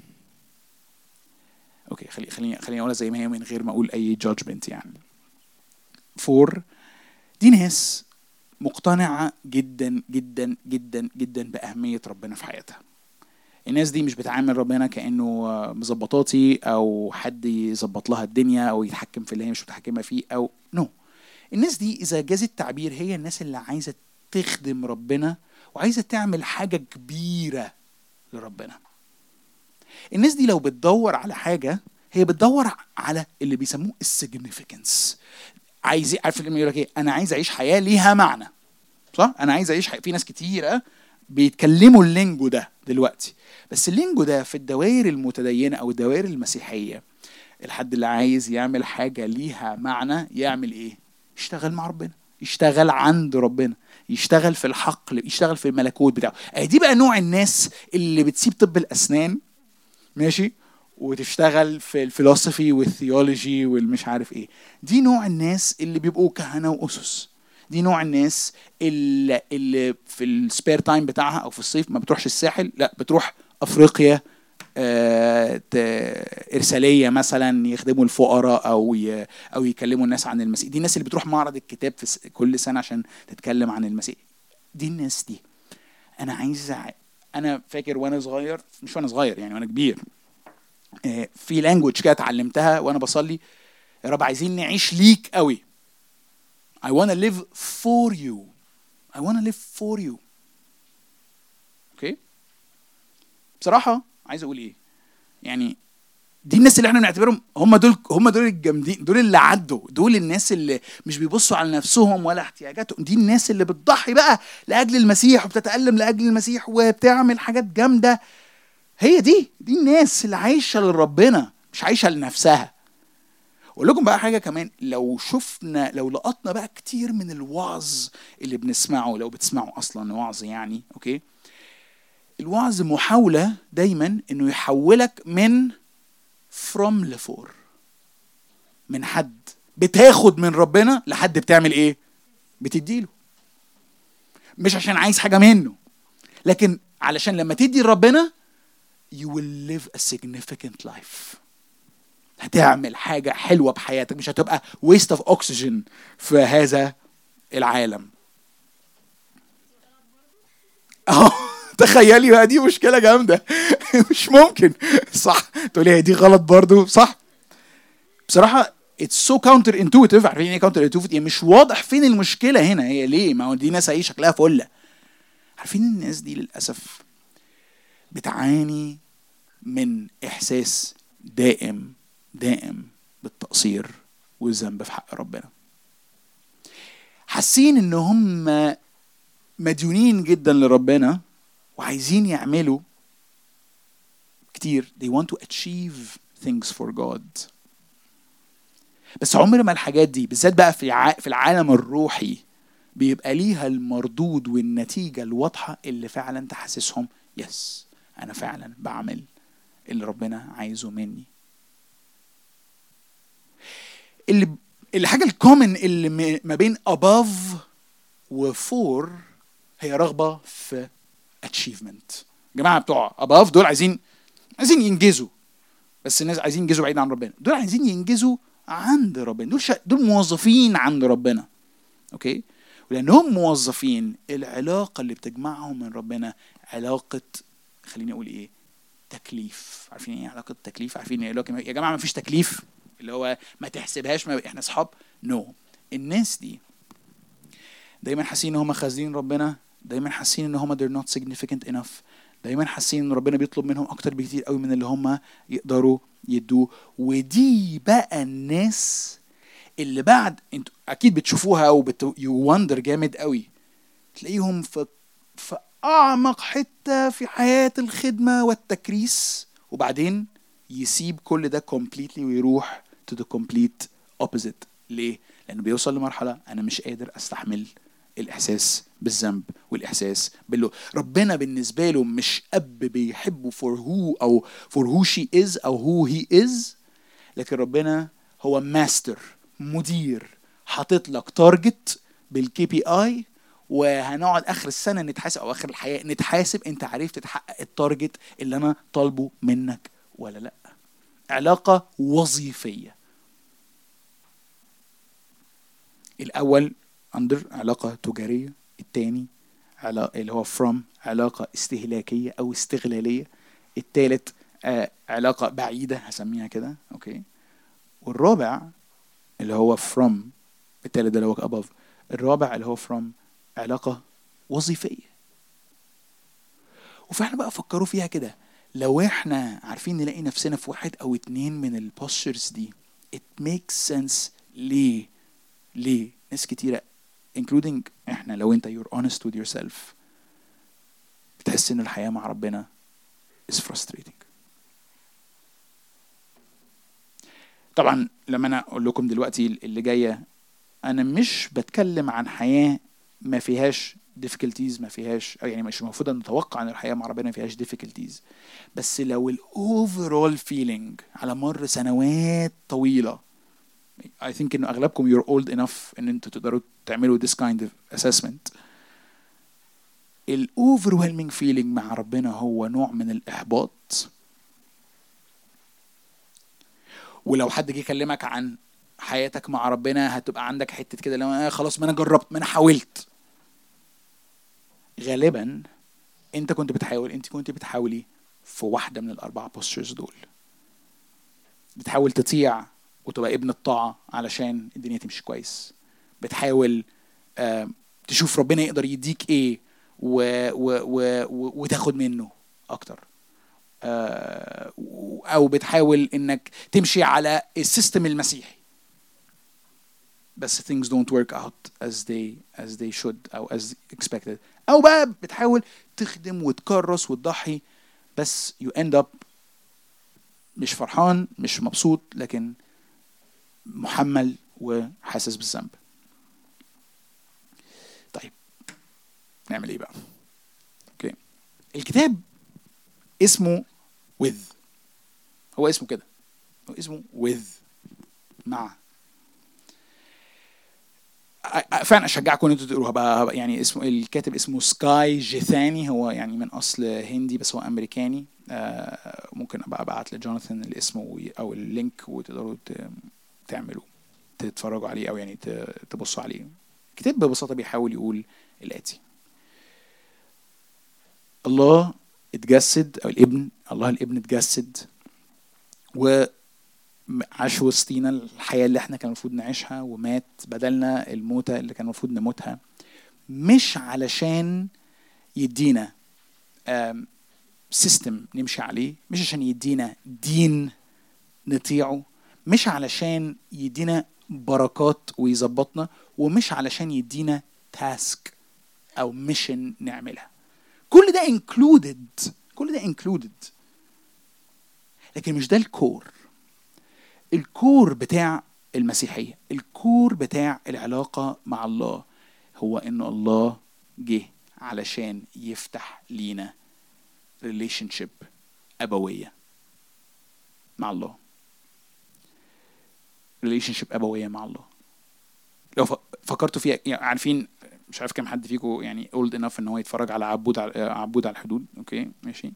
اوكي خلي خليني خليني اقولها زي ما هي من غير ما اقول اي جادجمنت. يعني فور دي ناس مقتنعة جدا جدا جدا جدا بأهمية ربنا في حياتها. الناس دي مش بتعامل ربنا كأنه مظبطاتي أو حد يظبط لها الدنيا أو يتحكم في اللي هي مش متحكمة فيه أو نو no. الناس دي إذا جاز التعبير هي الناس اللي عايزة تخدم ربنا وعايزة تعمل حاجة كبيرة لربنا. الناس دي لو بتدور على حاجة هي بتدور على اللي بيسموه السيجنيفيكانس. عايز عارف اللي يقول لك ايه؟ انا عايز اعيش حياه ليها معنى، صح؟ انا عايز اعيش حياة. في ناس كتيره بيتكلموا اللينجو ده دلوقتي، بس اللينجو ده في الدوائر المتدينه او الدوائر المسيحيه، الحد اللي عايز يعمل حاجه ليها معنى يعمل ايه؟ يشتغل مع ربنا، يشتغل عند ربنا، يشتغل في الحقل، يشتغل في الملكوت بتاعه. دي بقى نوع الناس اللي بتسيب طب الاسنان ماشي وتشتغل في الفلسفي والثيولوجي والمش عارف ايه. دي نوع الناس اللي بيبقوا كهنة وأسس. دي نوع الناس اللي, اللي في السبير تايم بتاعها او في الصيف ما بتروحش الساحل، لا بتروح افريقيا آه ارساليه مثلا يخدموا الفقراء او او يكلموا الناس عن المسيح. دي الناس اللي بتروح معرض الكتاب في كل سنه عشان تتكلم عن المسيح. دي الناس دي انا عايز. انا فاكر وانا صغير، مش وانا صغير يعني وانا كبير، في لانجوج كده اتعلمتها وانا بصلي: يا رب عايزين نعيش ليك قوي. I wanna live for you. I wanna live for you. اوكي؟ بصراحة عايز اقول ايه؟ يعني دي الناس اللي احنا بنعتبرهم هم دول هم دول الجامدين، دول اللي عدوا، دول الناس اللي مش بيبصوا على نفسهم ولا احتياجاتهم. دي الناس اللي بتضحي بقى لاجل المسيح وبتتألم لاجل المسيح وبتعمل حاجات جامدة. هي دي دي الناس اللي عايشة لربنا مش عايشة لنفسها. اقول لكم بقى حاجة كمان، لو شفنا لو لقطنا بقى كتير من الوعظ اللي بنسمعه، لو بتسمعوا اصلا وعظ يعني اوكي، الوعظ محاولة دايما انه يحولك من from لفور، من حد بتاخد من ربنا لحد بتعمل ايه؟ بتديله. مش عشان عايز حاجة منه، لكن علشان لما تدي لربنا you will live a significant life. هتعمل حاجة حلوة بحياتك، مش هتبقى waste of oxygen في هذا العالم. اه تخيلي بقى، دي مشكلة جامدة. مش ممكن صح تقولي هي دي غلط برضو، صح؟ بصراحة it's so counter intuitive. عارفين ايه counter intuitive؟ يعني مش واضح فين المشكلة هنا، هي ليه؟ ما هو دي ناس هي شكلها فلة. عارفين الناس دي للأسف بتعاني من إحساس دائم دائم بالتقصير والذنب في حق ربنا. حاسين ان هم مديونين جدا لربنا وعايزين يعملوا كتير. they want to achieve things for God. بس عمر ما الحاجات دي بالذات بقى في في العالم الروحي بيبقى ليها المردود والنتيجة الواضحة اللي فعلا تحسسهم يس انا فعلا بعمل اللي ربنا عايزه مني. اللي الحاجة الكومن اللي ما بين above و for هي رغبة في achievement. جماعة بتوع above دول عايزين عايزين ينجزوا، بس الناس عايزين ينجزوا بعيد عن ربنا. دول عايزين ينجزوا عند ربنا. دول شا... دول موظفين عند ربنا. اوكي؟ ولانهم موظفين، العلاقة اللي بتجمعهم من ربنا علاقة، خليني اقول ايه، تكليف. عارفين ايه علاقة تكليف؟ عارفين ايه علاقة؟ يا جماعة ما فيش تكليف اللي هو ما تحسبهاش ما احنا اصحاب. نو no. الناس دي دايما حاسين ان هم خازنين ربنا، دايما حاسين ان هم they're not significant enough، دايما حاسين ان ربنا بيطلب منهم اكتر بكتير قوي من اللي هم يقدروا يدوه. ودي بقى الناس اللي بعد انتوا اكيد بتشوفوها وبت يوندر جامد قوي، تلاقيهم في في اعمق حتة في حياة الخدمة والتكريس، وبعدين يسيب كل ده completely ويروح to the complete opposite. ليه؟ لأنه بيوصل لمرحلة أنا مش قادر أستحمل الإحساس بالذنب والإحساس باللو. ربنا بالنسبة له مش أب بيحبه for who أو for who she is أو who he is، لكن ربنا هو ماستر، مدير، حاطط لك تارجت بالكي بي آي، وهنقعد آخر السنة نتحاسب أو آخر الحياة نتحاسب أنت عرفت تحقق التارجت اللي أنا طالبه منك ولا لأ. علاقة وظيفية. الأول under علاقة تجارية. التاني علاقة اللي هو from علاقة استهلاكية أو استغلالية. التالت آه علاقة بعيدة هسميها كده. أوكي. والرابع اللي هو from، التالت ده اللي هو above. الرابع اللي هو from علاقة وظيفية. وفعلا بقى فكروا فيها كده، لو احنا عارفين نلاقي نفسنا في واحد او اتنين من البوستشرز دي it makes sense. ليه ليه ناس كتيرة including احنا، لو انت you're honest with yourself بتحس ان الحياة مع ربنا is frustrating. طبعا لما انا اقول لكم دلوقتي اللي جاية، انا مش بتكلم عن حياة ما فيهاش difficulties، ما فيهاش، يعني مش المفروض ان نتوقع ان الحياة مع ربنا ما فيهاش difficulties، بس لو ال overall feeling على مر سنوات طويلة، I think انه اغلبكم you're old enough ان انتوا تقدروا تعملوا this kind of assessment. ال overwhelming feeling مع ربنا هو نوع من الإحباط. ولو حد جه يكلمك عن حياتك مع ربنا هتبقى عندك حتة كده لو آه خلاص ما انا جربت، ما انا حاولت. غالبا انت كنت بتحاول، انت كنت بتحاولي في واحدة من الأربعة بوستشرز دول. بتحاول تطيع وتبقى ابن الطاعة علشان الدنيا تمشي كويس. بتحاول آه تشوف ربنا يقدر يديك ايه و و و و وتاخد منه اكتر. آه او بتحاول انك تمشي على السيستم المسيحي، بس things don't work out as they as they should او as expected. او بقى بتحاول تخدم وتكرس وتضحي، بس you end up مش فرحان مش مبسوط، لكن محمل وحاسس بالذنب. طيب نعمل ايه بقى؟ اوكي. الكتاب اسمه with، هو اسمه كده، هو اسمه with، مع. فعلا اشجعكم ان انتوا تقروها بقى. يعني اسمه الكاتب اسمه سكاي جيثاني، هو يعني من اصل هندي بس هو امريكاني. آه ممكن ابقى ابعت لجوناثان الاسم او اللينك وتقدروا تعملوا تتفرجوا عليه او يعني تبصوا عليه. الكتاب ببساطه بيحاول يقول الاتي: الله اتجسد، او الابن، الله الابن اتجسد وعاش وسطينا الحياة اللي احنا كان المفروض نعيشها، ومات بدلنا الموتة اللي كان المفروض نموتها، مش علشان يدينا سيستم نمشي عليه، مش عشان يدينا دين نطيعه، مش علشان يدينا بركات ويظبطنا، ومش علشان يدينا تاسك او ميشن نعملها. كل ده included، كل ده included، لكن مش ده الكور. الكور بتاع المسيحية، الكور بتاع العلاقة مع الله، هو إن الله جه علشان يفتح لينا relationship أبوية مع الله. relationship أبوية مع الله. لو فكرتوا فيها، يعني عارفين، مش عارف كم حد فيكم يعني old enough إن هو يتفرج على عبود على عبود على الحدود. أوكي ماشي.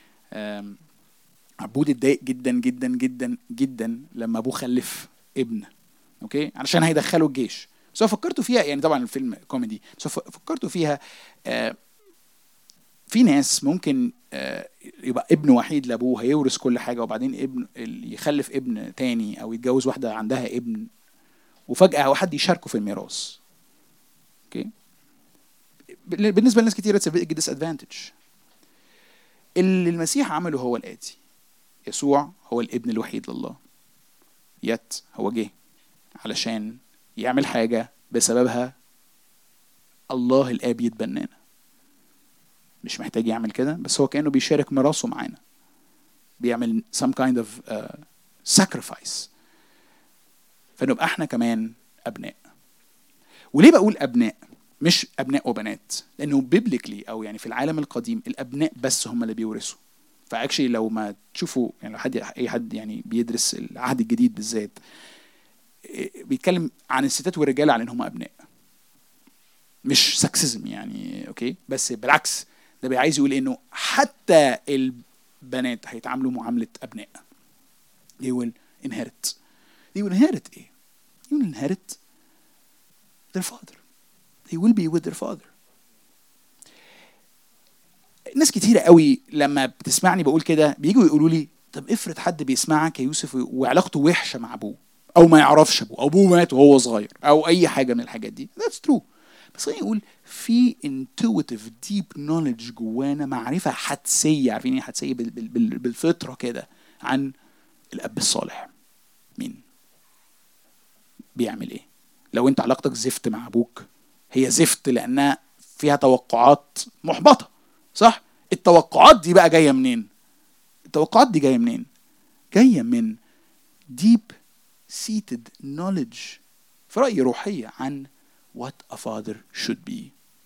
عبود اتضايق جدا جدا جدا جدا لما ابوه خلف ابن، اوكي، علشان هيدخله الجيش. بس فكرتوا فيها، يعني طبعا الفيلم كوميدي، بس فكرتوا فيها آه في ناس ممكن آه يبقى ابن وحيد لابوه هيورث كل حاجه، وبعدين ابن يخلف ابن تاني او يتجوز واحده عندها ابن، وفجاه واحد يشاركه في الميراث. اوكي. بالنسبه لناس كتير it's a big disadvantage. اللي المسيح عمله هو الاتي: يسوع هو الابن الوحيد لله، يت هو جه علشان يعمل حاجة بسببها الله الآب يتبنانا. مش محتاج يعمل كده، بس هو كأنه بيشارك ميراثه معانا، بيعمل some kind of uh, sacrifice، فنبقى احنا كمان أبناء. وليه بقول أبناء مش أبناء وبنات؟ لأنه بيبليكلي أو يعني في العالم القديم الأبناء بس هم اللي بيورثوا. فاكشلي لو ما تشوفوا يعني لو حد اي حد يعني بيدرس العهد الجديد بالذات بيتكلم عن الستات والرجال على انهم ابناء، مش سكسزم يعني. اوكي، بس بالعكس ده بيعايز يقول انه حتى البنات هيتعاملوا معامله ابناء. they will inherit they will inherit ايه؟ they will inherit their father. they will be with their father. ناس كتيرة قوي لما بتسمعني بقول كده بييجوا يقولوا لي طب افرض حد بيسمعك يا يوسف وعلاقته وحشة مع ابوه او ما يعرفش ابوه او ابوه مات وهو صغير او اي حاجة من الحاجات دي. that's true. بس خليني اقول في intuitive deep knowledge جوانا، معرفة حدسية، عارفين ايه حدسية؟ بال بال بال بالفطرة كده عن الاب الصالح. مين بيعمل ايه؟ لو انت علاقتك زفت مع ابوك هي زفت لانها فيها توقعات محبطة، صح؟ التوقعات دي بقى جاية منين؟ التوقعات دي جاية منين؟ جاية من deep seated knowledge في رأيي روحية عن what a father should be،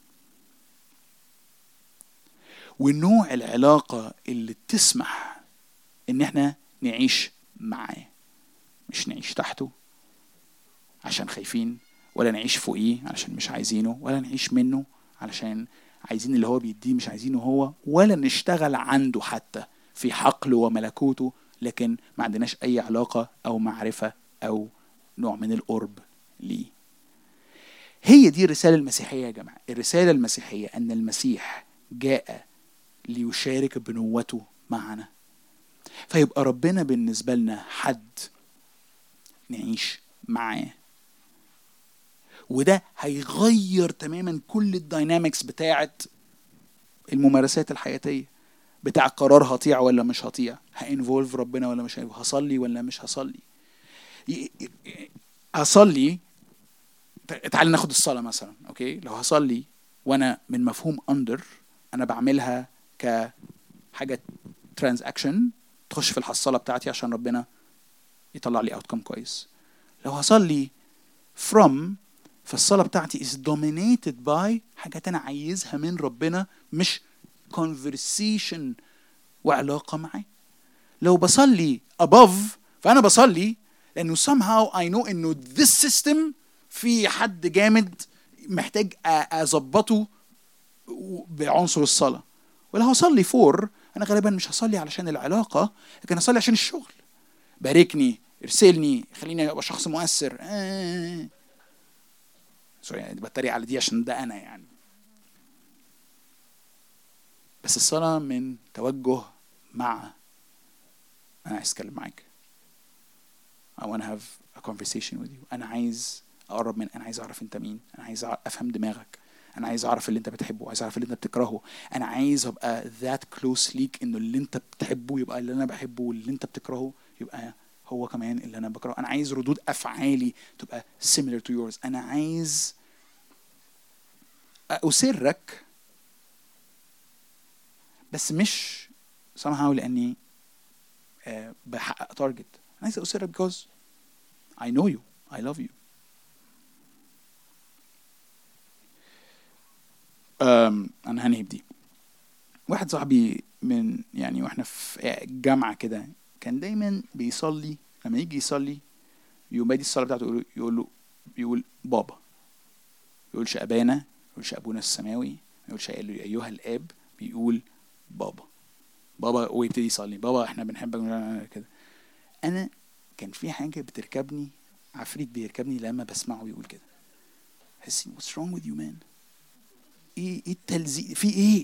ونوع العلاقة اللي تسمح ان احنا نعيش معاه، مش نعيش تحته عشان خايفين، ولا نعيش فوقيه علشان مش عايزينه، ولا نعيش منه علشان عايزين اللي هو بيديه مش عايزينه هو، ولا نشتغل عنده حتى في حقله وملكوته لكن ما عندناش اي علاقة او معرفة او نوع من القرب ليه. هي دي الرسالة المسيحية يا جماعة. الرسالة المسيحية ان المسيح جاء ليشارك بنوته معنا، فيبقى ربنا بالنسبة لنا حد نعيش معاه، وده هيغير تماما كل الداينامكس بتاعت الممارسات الحياتية، بتاع قرار هطيع ولا مش هطيع، هانفولف ربنا ولا مش هانفولف، هصلي ولا مش هصلي. هصلي، تعال ناخد الصلاة مثلا. اوكي، لو هصلي وانا من مفهوم اندر انا بعملها كحاجة ترانزاكشن تخش في الحصالة بتاعتي عشان ربنا يطلع لي اوتكم كويس. لو هصلي from فالصلاة بتاعتي is dominated by حاجات أنا عايزها من ربنا، مش conversation وعلاقة معاه. لو بصلي above فأنا بصلي لأنه somehow I know إنه this system في حد جامد محتاج أظبطه بعنصر الصلاة. ولو هصلي for أنا غالبا مش هصلي علشان العلاقة لكن هصلي عشان الشغل، باركني، ارسلني، خليني أبقى شخص مؤثر. آه. سوري يعني بتريق على دي عشان ده انا يعني. بس الصلاة من توجه مع انا عايز اتكلم معاك، I want to have a conversation with you. انا عايز اقرب من، انا عايز اعرف انت مين، انا عايز افهم دماغك، انا عايز اعرف اللي انت بتحبه، عايز اعرف اللي انت بتكرهه، انا عايز ابقى that close ليك انه اللي انت بتحبه يبقى اللي انا بحبه واللي انت بتكرهه يبقى هو كمان اللي انا بكرهه. انا عايز ردود افعالي تبقى similar to yours. انا عايز أسرك بس مش somehow لأني أه بحقق تارجت. أنا عايز أسرك because I know you, I love you. أم أنا هنهب دي. واحد صاحبي من يعني واحنا في الجامعة كده كان دايما بيصلي، لما يجي يصلي يوم بعد الصلاة بتاعته يقول له يقول بابا، يقولش أبانا، يقولش أبونا السماوي، ما يقولش أيها الآب، بيقول بابا بابا ويبتدي يصلي بابا احنا بنحبك كده. انا كان في حاجه بتركبني، عفريت بيركبني لما بسمعه يقول كده، حس what's wrong with you man؟ ايه ايه التلزيق في ايه؟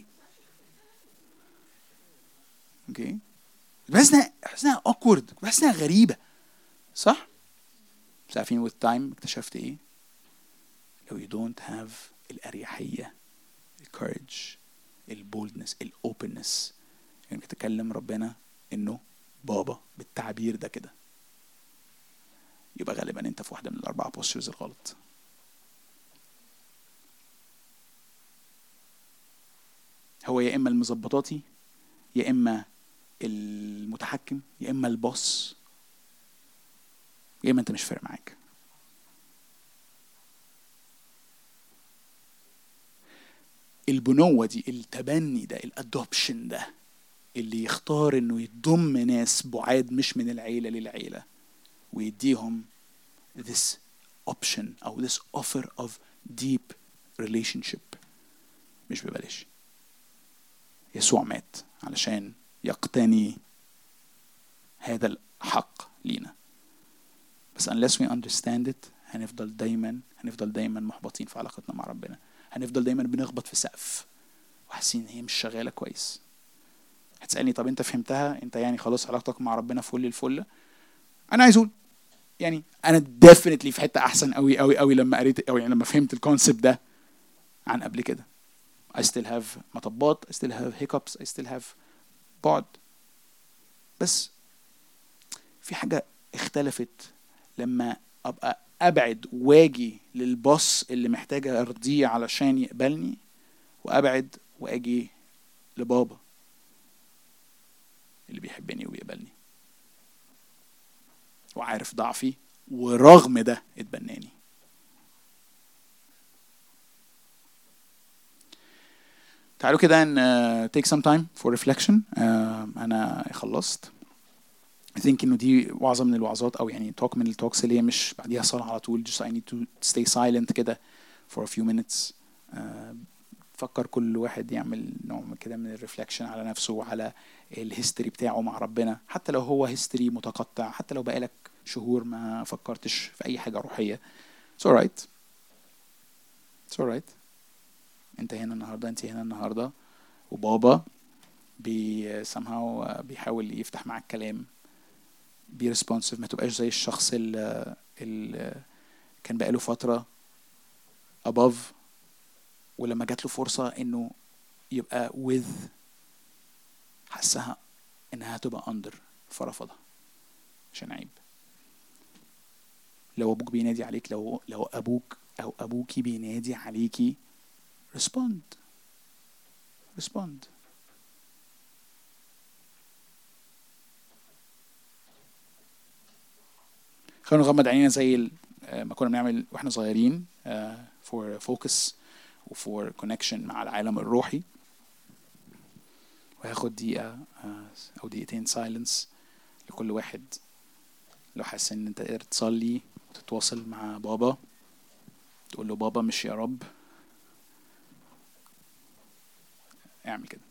اوكي بس انا بحس انها awkward، بحس انها غريبه، صح؟ بس عارفين with time اكتشفت ايه؟ لو you don't have الاريحيه، الcourage، البولدنس، الاوبنس يعني تكلم ربنا انه بابا بالتعبير ده كده، يبقى غالبا انت في واحده من الاربعه بوسترز الغلط. هو يا اما المظبطاتي، يا اما المتحكم، يا اما البوس، يا اما انت مش فارق معاك. البنوه دي، التبني ده، الادوبشن ده، اللي يختار انه يضم ناس بعاد مش من العيله للعيله ويديهم this option او this offer of deep relationship مش ببلاش. يسوع مات علشان يقتني هذا الحق لينا، بس unless we understand it هنفضل دايما هنفضل دايما محبطين في علاقتنا مع ربنا. هنفضل دايما بنخبط في سقف وحاسين ان هي مش شغاله كويس. هتسالني طب انت فهمتها؟ انت يعني خلاص علاقتك مع ربنا فل الفل؟ انا عايز اقول يعني انا ديفينتلي في حته احسن قوي قوي قوي لما قريت، او يعني لما فهمت الكونسبت ده عن قبل كده. I still have مطبات، I still have hiccups، I still have بعد، بس في حاجة اختلفت لما ابقى ابعد واجي للباص اللي محتاجة ارضيه علشان يقبلني، وابعد واجي لبابا اللي بيحبني وبيقبلني وعارف ضعفي ورغم ده اتبناني. تعالوا كده ان uh, take some time for reflection. uh, انا خلصت. I think انه دي وعظة من الوعظات، او يعني talk من التوكس اللي هي مش بعديها صلاة على طول. just I need to stay silent كده for a few minutes. uh, فكر كل واحد يعمل نوع كده من الرفلكشن على نفسه وعلى الهيستوري بتاعه مع ربنا، حتى لو هو هيستوري متقطع، حتى لو بقالك شهور ما فكرتش في اي حاجة روحية. it's alright it's alright. انت هنا النهاردة، انت هنا النهاردة، وبابا بي somehow بيحاول يفتح معاك كلام. بي responsive، ما تبقاش زي الشخص اللي, اللي كان بقاله فترة above ولما جات له فرصة انه يبقى with حسها انها تبقى under فرفضها عشان عيب. لو ابوك بينادي عليك، لو لو ابوك او ابوكي بينادي عليكي، respond respond. خلونا نغمض عينينا زي ما كنا بنعمل واحنا صغيرين for focus و for connection مع العالم الروحي. وهاخد دقيقة او دقيقتين silence لكل واحد. لو حاسس ان انت قادر تصلي وتتواصل مع بابا، تقول له بابا مش يا رب، اعمل كده.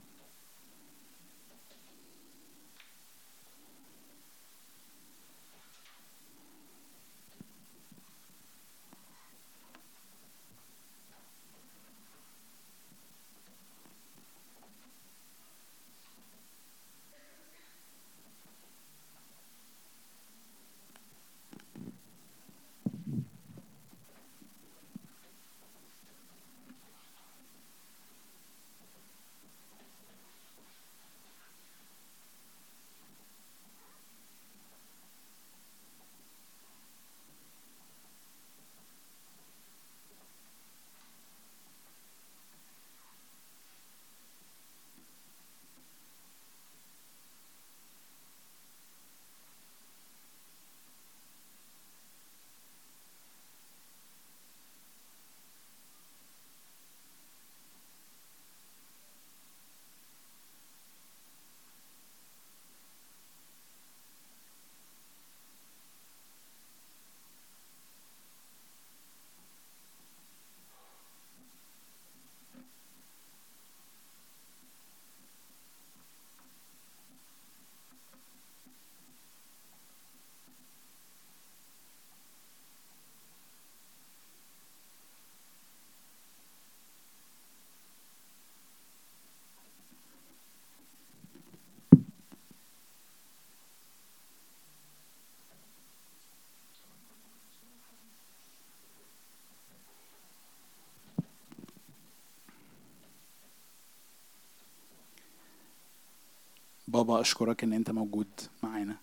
بابا أشكرك إن أنت موجود معانا.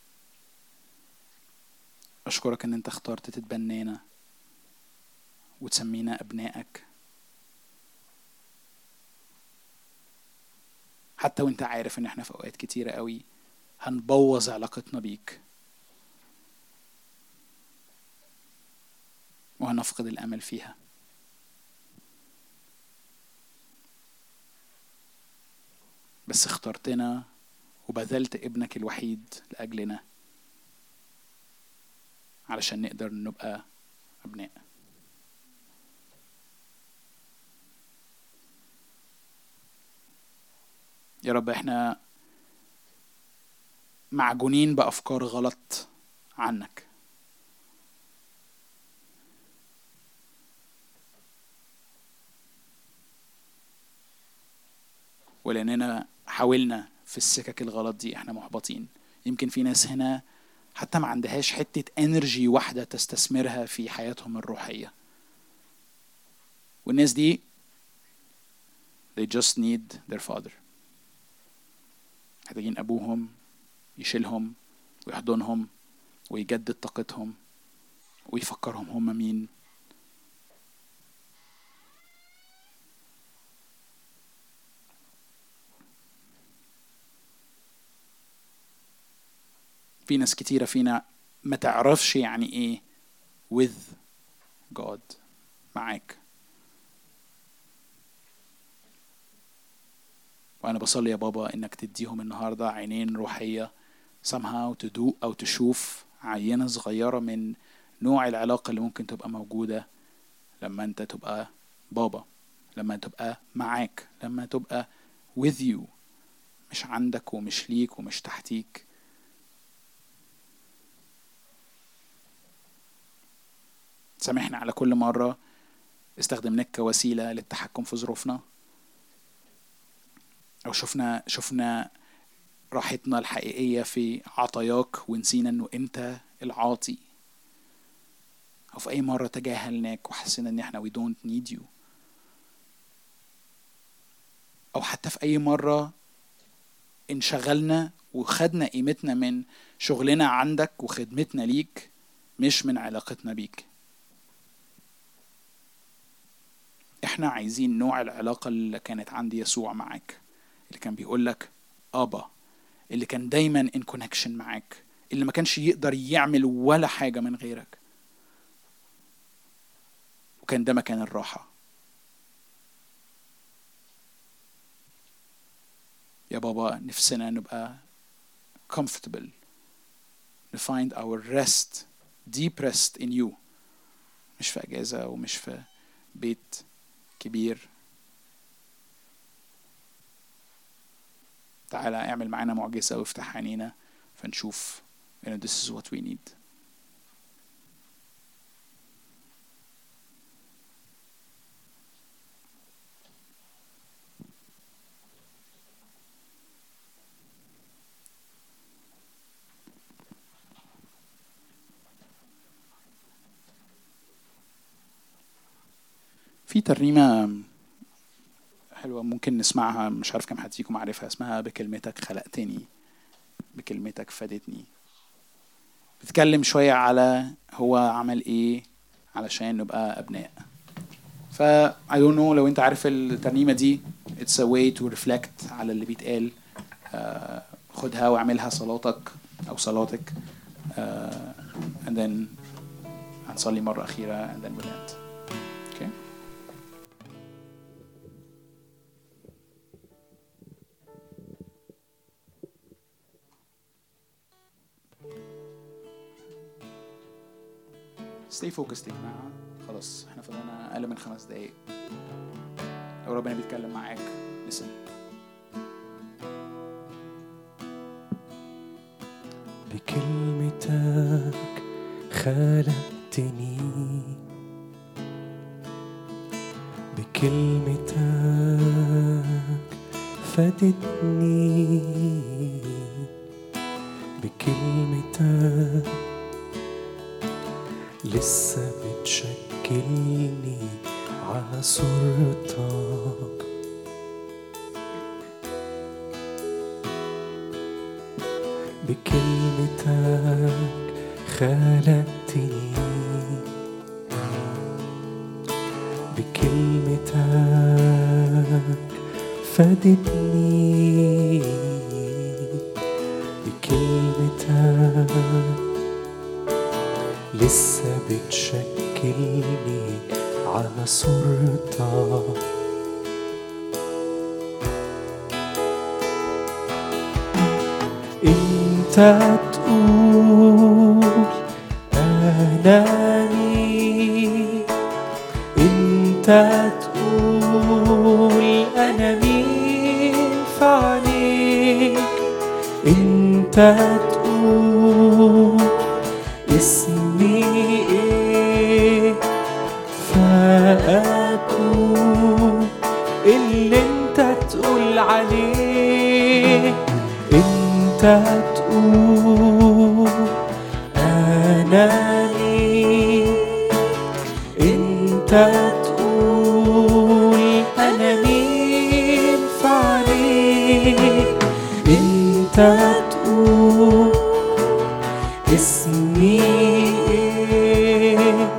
أشكرك إن أنت اخترت تتبنانا وتسمينا أبنائك، حتى وأنت عارف إن إحنا في أوقات كتيرة قوي هنبوظ علاقتنا بيك وهنفقد الأمل فيها. بس اخترتنا وبذلت ابنك الوحيد لأجلنا علشان نقدر نبقى أبناء. يا رب احنا معجونين بأفكار غلط عنك، ولأننا حاولنا في السكك الغلط دي احنا محبطين. يمكن في ناس هنا حتى ما عندهاش حتة انرجي واحدة تستثمرها في حياتهم الروحية، والناس دي they just need their father. محتاجين أبوهم يشيلهم ويحضنهم ويجدد طاقتهم ويفكرهم هم مين. في ناس كتيرة فينا ما تعرفش يعني ايه with God معاك. وانا بصلي يا بابا انك تديهم النهاردة عينين روحية somehow تدوق او تشوف عينة صغيرة من نوع العلاقة اللي ممكن تبقى موجودة لما انت تبقى بابا، لما تبقى معاك، لما تبقى with you، مش عندك ومش ليك ومش تحتيك. سامحنا على كل مرة استخدمناك كوسيلة للتحكم في ظروفنا، أو شفنا شفنا راحتنا الحقيقية في عطاياك ونسينا إنه أنت العاطي، أو في أي مرة تجاهلناك وحسينا إن إحنا we don't need you، أو حتى في أي مرة انشغلنا وخدنا قيمتنا من شغلنا عندك وخدمتنا ليك مش من علاقتنا بيك. احنا عايزين نوع العلاقة اللي كانت عند يسوع معاك، اللي كان بيقولك أبا، اللي كان دايما in connection معاك، اللي ما كانش يقدر يعمل ولا حاجة من غيرك، وكان ده مكان الراحة. يا بابا نفسنا نبقى comfortable، find our rest, deep rest in you، مش في أجازة ومش في بيت كبير. تعالى اعمل معانا معجزة وافتح عينينا فنشوف إنه this is what we need. في ترنيمة حلوة ممكن نسمعها، مش عارف كم حد فيكم عارفها، اسمها بكلمتك خلقتني بكلمتك فادتني. بتتكلم شوية على هو عمل ايه علشان نبقى أبناء. ف I don't know لو انت عارف الترنيمة دي، it's a way to reflect على اللي بيتقال. آه خدها واعملها صلاتك أو صلاتك. آه and then هنصلي مرة أخيرة and then we'll end. Okay. stay focused يا جماعة. خلاص احنا فضلنا أقل من خمس دقايق. لو ربنا بيتكلم معاك listen. بكلمتك خلقتني، بكلمتك فادتني، بكلمتك لسه بتشكلني على صورتك، بكلمتك خلقتني، بكلمتك فادتني، بكلمتك لسه بتشكلني على صورتك. انت تقول انا مين، انت تقول انا مين في عينيك، انت تقول اسمي ايه فأكون اللي انت تقول عليه. انت تقول انا ليك، انت تقول انا مين فعليك، انت تقول اسمي ايه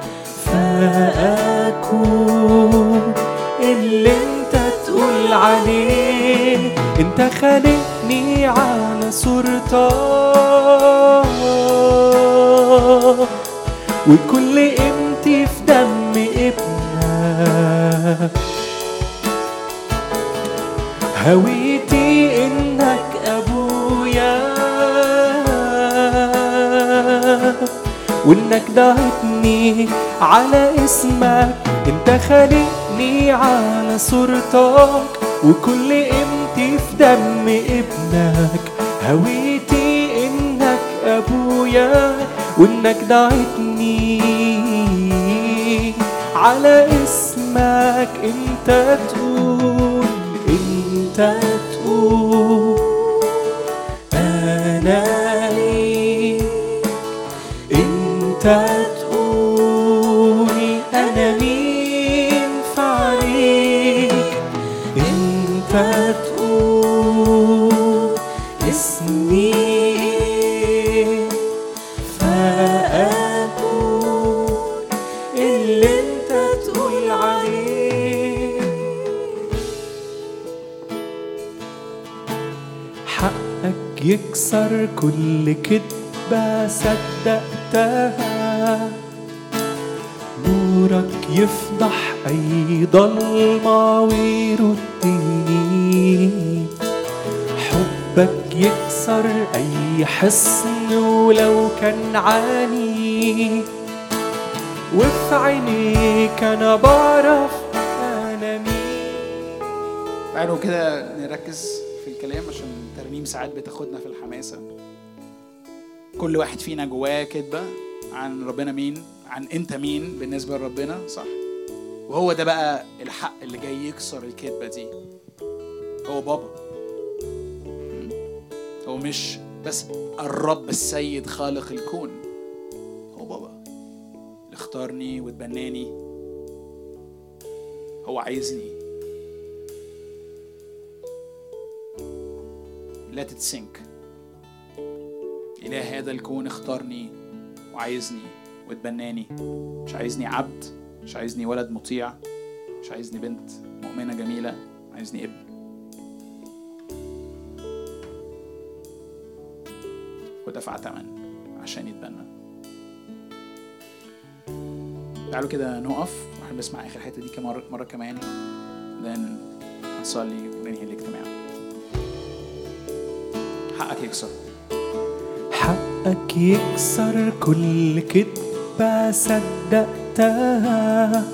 فاكون اللي انت تقول عليه. انت خالقني على صورتك وكل قيمتي في دم ابنك، هويتي انك ابويا وانك دعيتني على اسمك. انت خالقني على صورتك وكل قيمتي في دم ابنك، هويتي انك ابويا وانك دعيتني على اسمك. انت تقول انت تقول انا ليك، انت تقول انا مين فعليك، انت تقول اسمي ايه فاكون اللي انت تقول عليه. حقك يكسر كل كذبة صدقتها، نورك يفضح أي ضلمة ويردني، حبك يكسر أي حصن ولو كان عاني، وفي عينيك أنا بعرف أنا مين. تعالوا كده نركز في الكلام عشان الترنيم ساعات بتاخدنا في الحماسة. كل واحد فينا جواه كدبة عن ربنا مين، عن انت مين بالنسبة لربنا، صح؟ وهو ده بقى الحق اللي جاي يكسر الكدبة دي. هو بابا، هو مش بس الرب السيد خالق الكون، هو بابا اللي اختارني وتبناني، هو عايزني. لا تتسنك، إله هذا الكون اختارني وعايزني وتبناني، مش عايزني عبد، مش عايزني ولد مطيع، مش عايزني بنت مؤمنة جميلة، عايزني ابن. ودفع ثمن عشان يتبنى. تعالوا كده نقف ونحب نسمع آخر حتة دي كمرة مرة كمان، لأن نصلي وننهي الاجتماع. حقك يكسر، حقك يكسر كل كذبة صدقتها،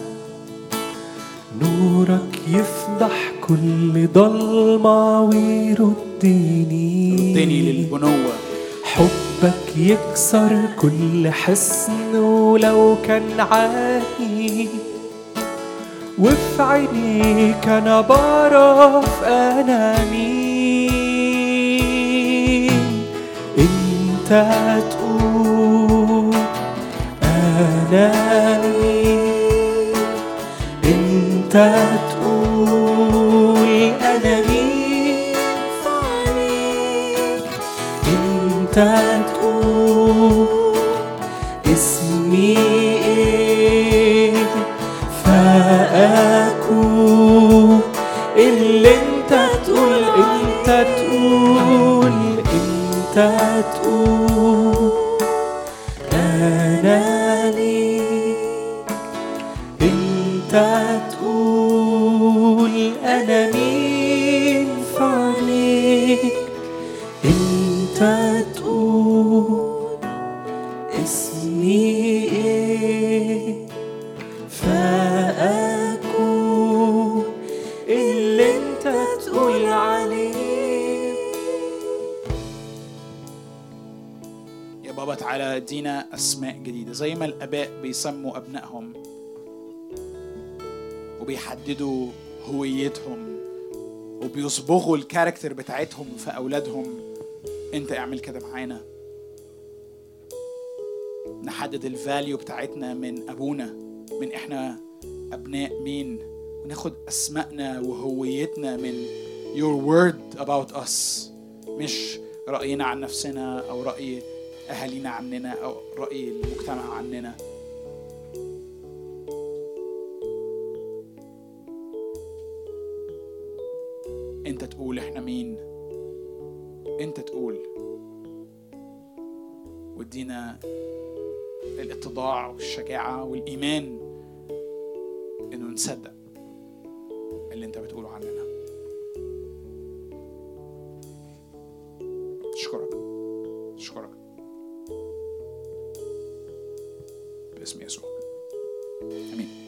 نورك يفضح كل ضلمة ويردني، ردني للبنوة. حبك يكسر كل حصن ولو كان عاني، وفي عينيك أنا بعرف أنا مين. انت تقول انا مين، انت تقول انا مين فعليك، انت تقول اسمي ايه فاكون اللي انت تقول. انت تقول انت تقول أنا ليك، انت تقول أنا مين فعليك، انت تقول اسمي ايه فأكون اللي انت تقول عليه. بابا تعالى ادينا أسماء جديدة، زي ما الآباء بيسموا أبنائهم وبيحددوا هويتهم وبيصبغوا الكاركتر بتاعتهم في أولادهم. انت اعمل كده معانا. نحدد الفاليو بتاعتنا من ابونا، من احنا ابناء مين، وناخد اسمائنا وهويتنا من your word about us، مش رأينا عن نفسنا او رأي اهالينا عننا او رأي المجتمع عننا. انت تقول احنا مين، انت تقول، وادينا الاتضاع والشجاعة والإيمان إنه نصدق اللي أنت بتقوله عننا. أشكرك أشكرك باسم يسوع، آمين.